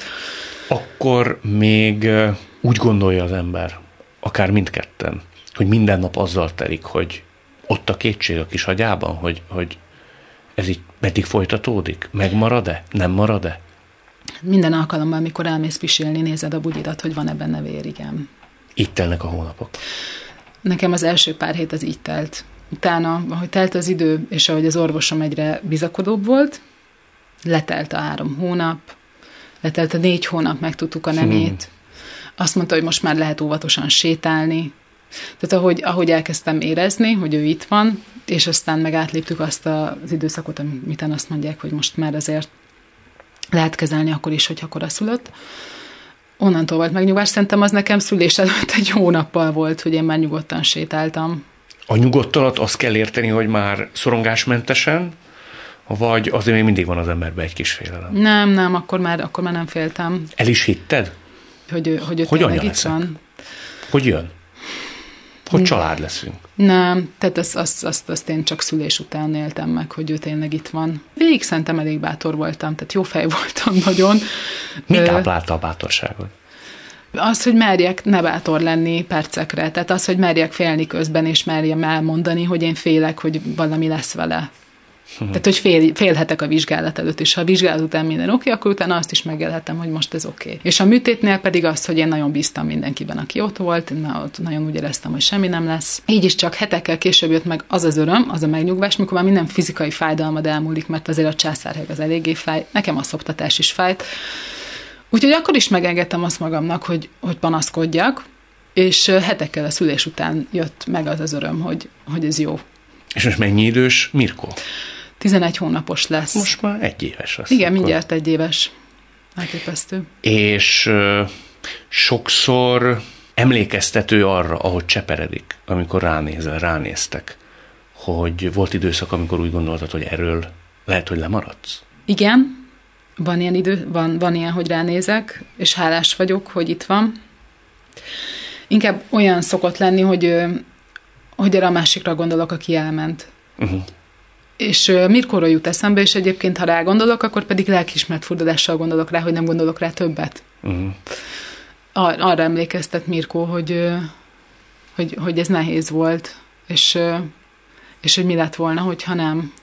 Akkor még úgy gondolja az ember, akár mindketten, hogy minden nap azzal telik, hogy ott a kétség a kis agyában, hogy ez így meddig folytatódik? Megmarad-e? Nem marad-e? Minden alkalommal, amikor elmész pisilni, nézed a bugyidat, hogy van-e benne vér, igen. Így telnek a hónapok. Nekem az első pár hét az így telt. Utána, ahogy telt az idő, és ahogy az orvosom egyre bizakodóbb volt, letelt a 3 hónap, letelt a 4 hónap, megtudtuk a nemét. Azt mondta, hogy most már lehet óvatosan sétálni. Tehát ahogy elkezdtem érezni, hogy ő itt van, és aztán meg átléptük azt az időszakot, amit azt mondják, hogy most már azért lehet kezelni akkor is, hogyha koraszülött. Onnantól volt megnyugvás. Szerintem az nekem szülés előtt 1 hónappal volt, hogy én már nyugodtan sétáltam. A nyugodt alatt azt kell érteni, hogy már szorongásmentesen, vagy azért még mindig van az emberben egy kis félelem? Nem, akkor már nem féltem. El is hitted? Hogy tényleg itt van. Hogy jön? Hogy család leszünk? Nem, tehát azt én csak szülés után éltem meg, hogy ő tényleg itt van. Végig szerintem elég bátor voltam, tehát jó fej voltam nagyon. Mi táplálta a bátorságot? Az, hogy merjek ne bátor lenni percekre, tehát az, hogy merjek félni közben, és merjem elmondani, hogy én félek, hogy valami lesz vele. Tehát, hogy félhetek a vizsgálat előtt, és ha a vizsgálat után minden oké, akkor utána azt is megélhetem, hogy most ez oké. És a műtétnél pedig az, hogy én nagyon bíztam mindenkiben, aki ott volt, ott nagyon úgy éreztem, hogy semmi nem lesz. Így is csak hetekkel később jött meg az az öröm, az a megnyugvás, mikor már minden fizikai fájdalmad elmúlik, mert azért a császárheg az eléggé fáj, nekem a szoptatás is fájt. Úgyhogy akkor is megengedtem azt magamnak, hogy panaszkodjak, és hetekkel a szülés után jött meg az az öröm, hogy ez jó. És most mennyi idős Mirko? 11 hónapos lesz. Most már 1 éves lesz. Igen, akkor mindjárt 1 éves. Elképesztő. És sokszor emlékeztető arra, ahogy cseperedik, amikor ránéztek, hogy volt időszak, amikor úgy gondoltad, hogy erről lehet, hogy lemaradsz? Igen, van ilyen idő, van ilyen, hogy ránézek, és hálás vagyok, hogy itt van. Inkább olyan szokott lenni, hogy erre a másikra gondolok, aki elment. És Mirkóról jut eszembe, és egyébként, ha rá gondolok, akkor pedig lelkiismert furdalással gondolok rá, hogy nem gondolok rá többet. Arra emlékeztet Mirkó, hogy ez nehéz volt, és hogy mi lett volna, hogyha nem.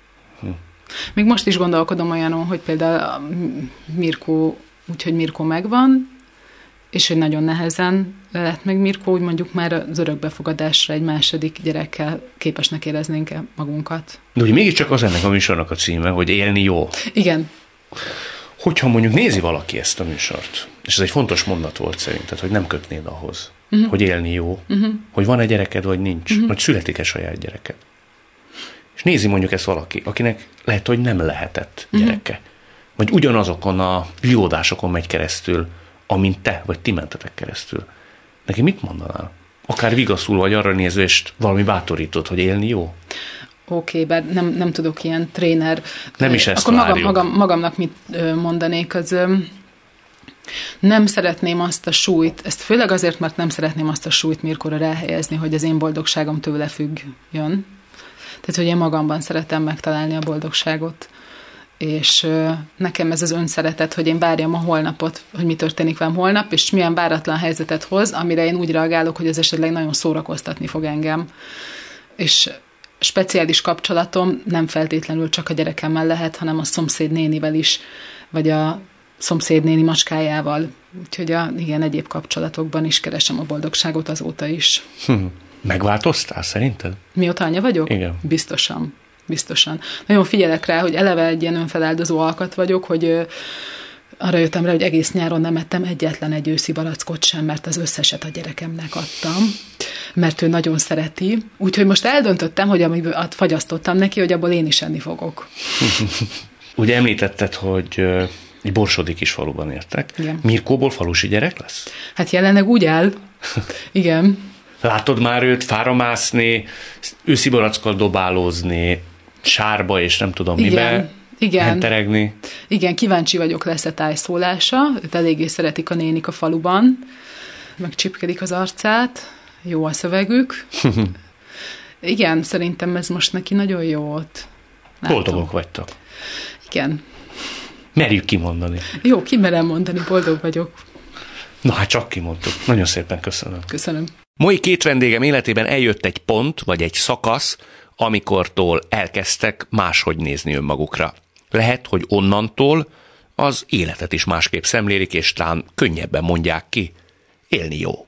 Még most is gondolkodom olyanon, hogy például Mirkó, úgyhogy Mirkó megvan, és hogy nagyon nehezen lett meg Mirkó, úgy mondjuk már az örökbefogadásra egy második gyerekkel képesnek éreznénk magunkat. De ugye mégiscsak az ennek a műsornak a címe, hogy élni jó. Igen. Hogyha mondjuk nézi valaki ezt a műsort, és ez egy fontos mondat volt szerinted, hogy nem kötnéd ahhoz, hogy élni jó, hogy van-e gyereked, vagy nincs, hogy születik-e saját gyereked. És nézi mondjuk ezt valaki, akinek lehet, hogy nem lehetett gyereke. Vagy ugyanazokon a vívódásokon megy keresztül, amint te, vagy ti mentetek keresztül. Neki mit mondanál? Akár vigaszul, vagy arra nézve, és valami bátorított, hogy élni jó? Oké, bár nem tudok ilyen tréner. Nem is ezt akkor magamnak mit mondanék, az nem szeretném azt a súlyt, ezt főleg azért, mert nem szeretném azt a súlyt Mirkóra ráhelyezni, hogy az én boldogságom tőle függjön. Tehát, hogy én magamban szeretem megtalálni a boldogságot. és nekem ez az önszeretet, hogy én várjam a holnapot, hogy mi történik velem holnap, és milyen váratlan helyzetet hoz, amire én úgy reagálok, hogy ez esetleg nagyon szórakoztatni fog engem. És speciális kapcsolatom nem feltétlenül csak a gyerekemmel lehet, hanem a szomszéd nénivel is, vagy a szomszéd néni macskájával. Úgyhogy igen, egyéb kapcsolatokban is keresem a boldogságot azóta is. Megváltoztál szerinted? Mióta anya vagyok? Igen. Biztosan. Nagyon figyelek rá, hogy eleve egy ilyen önfeláldozó alkat vagyok, hogy arra jöttem rá, hogy egész nyáron nem ettem egyetlen egy őszi barackot sem, mert az összeset a gyerekemnek adtam, mert ő nagyon szereti. Úgyhogy most eldöntöttem, hogy amiből fagyasztottam neki, hogy abból én is enni fogok. Ugye említetted, hogy egy borsodi kis faluban éltek. Igen. Mirkóból falusi gyerek lesz? Hát jelenleg úgy áll. Igen. Látod már őt fára mászni, őszi barackkal dobálózni, sárba és nem tudom mibe henteregni? Igen, kíváncsi vagyok, lesz-e tájszólása. Őt eléggé szeretik a nénik a faluban, megcsipkedik az arcát, jó a szövegük. Igen, szerintem ez most neki nagyon jó ott. Boldogok vagytok. Igen. Merjük kimondani. Jó, kimerem mondani, boldog vagyok. Na hát csak kimondtuk. Nagyon szépen köszönöm. Köszönöm. Mai két vendégem életében eljött egy pont, vagy egy szakasz, amikortól elkezdtek máshogy nézni önmagukra. Lehet, hogy onnantól az életet is másképp szemlélik, és talán könnyebben mondják ki. Élni jó.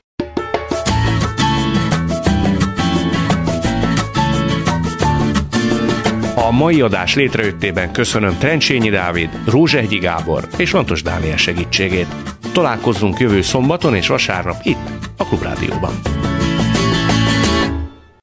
A mai adás létrejöttében köszönöm Trencsényi Dávid, Rózsehegyi Gábor és Lantos Dániel segítségét. Találkozzunk jövő szombaton és vasárnap itt, a Klubrádióban.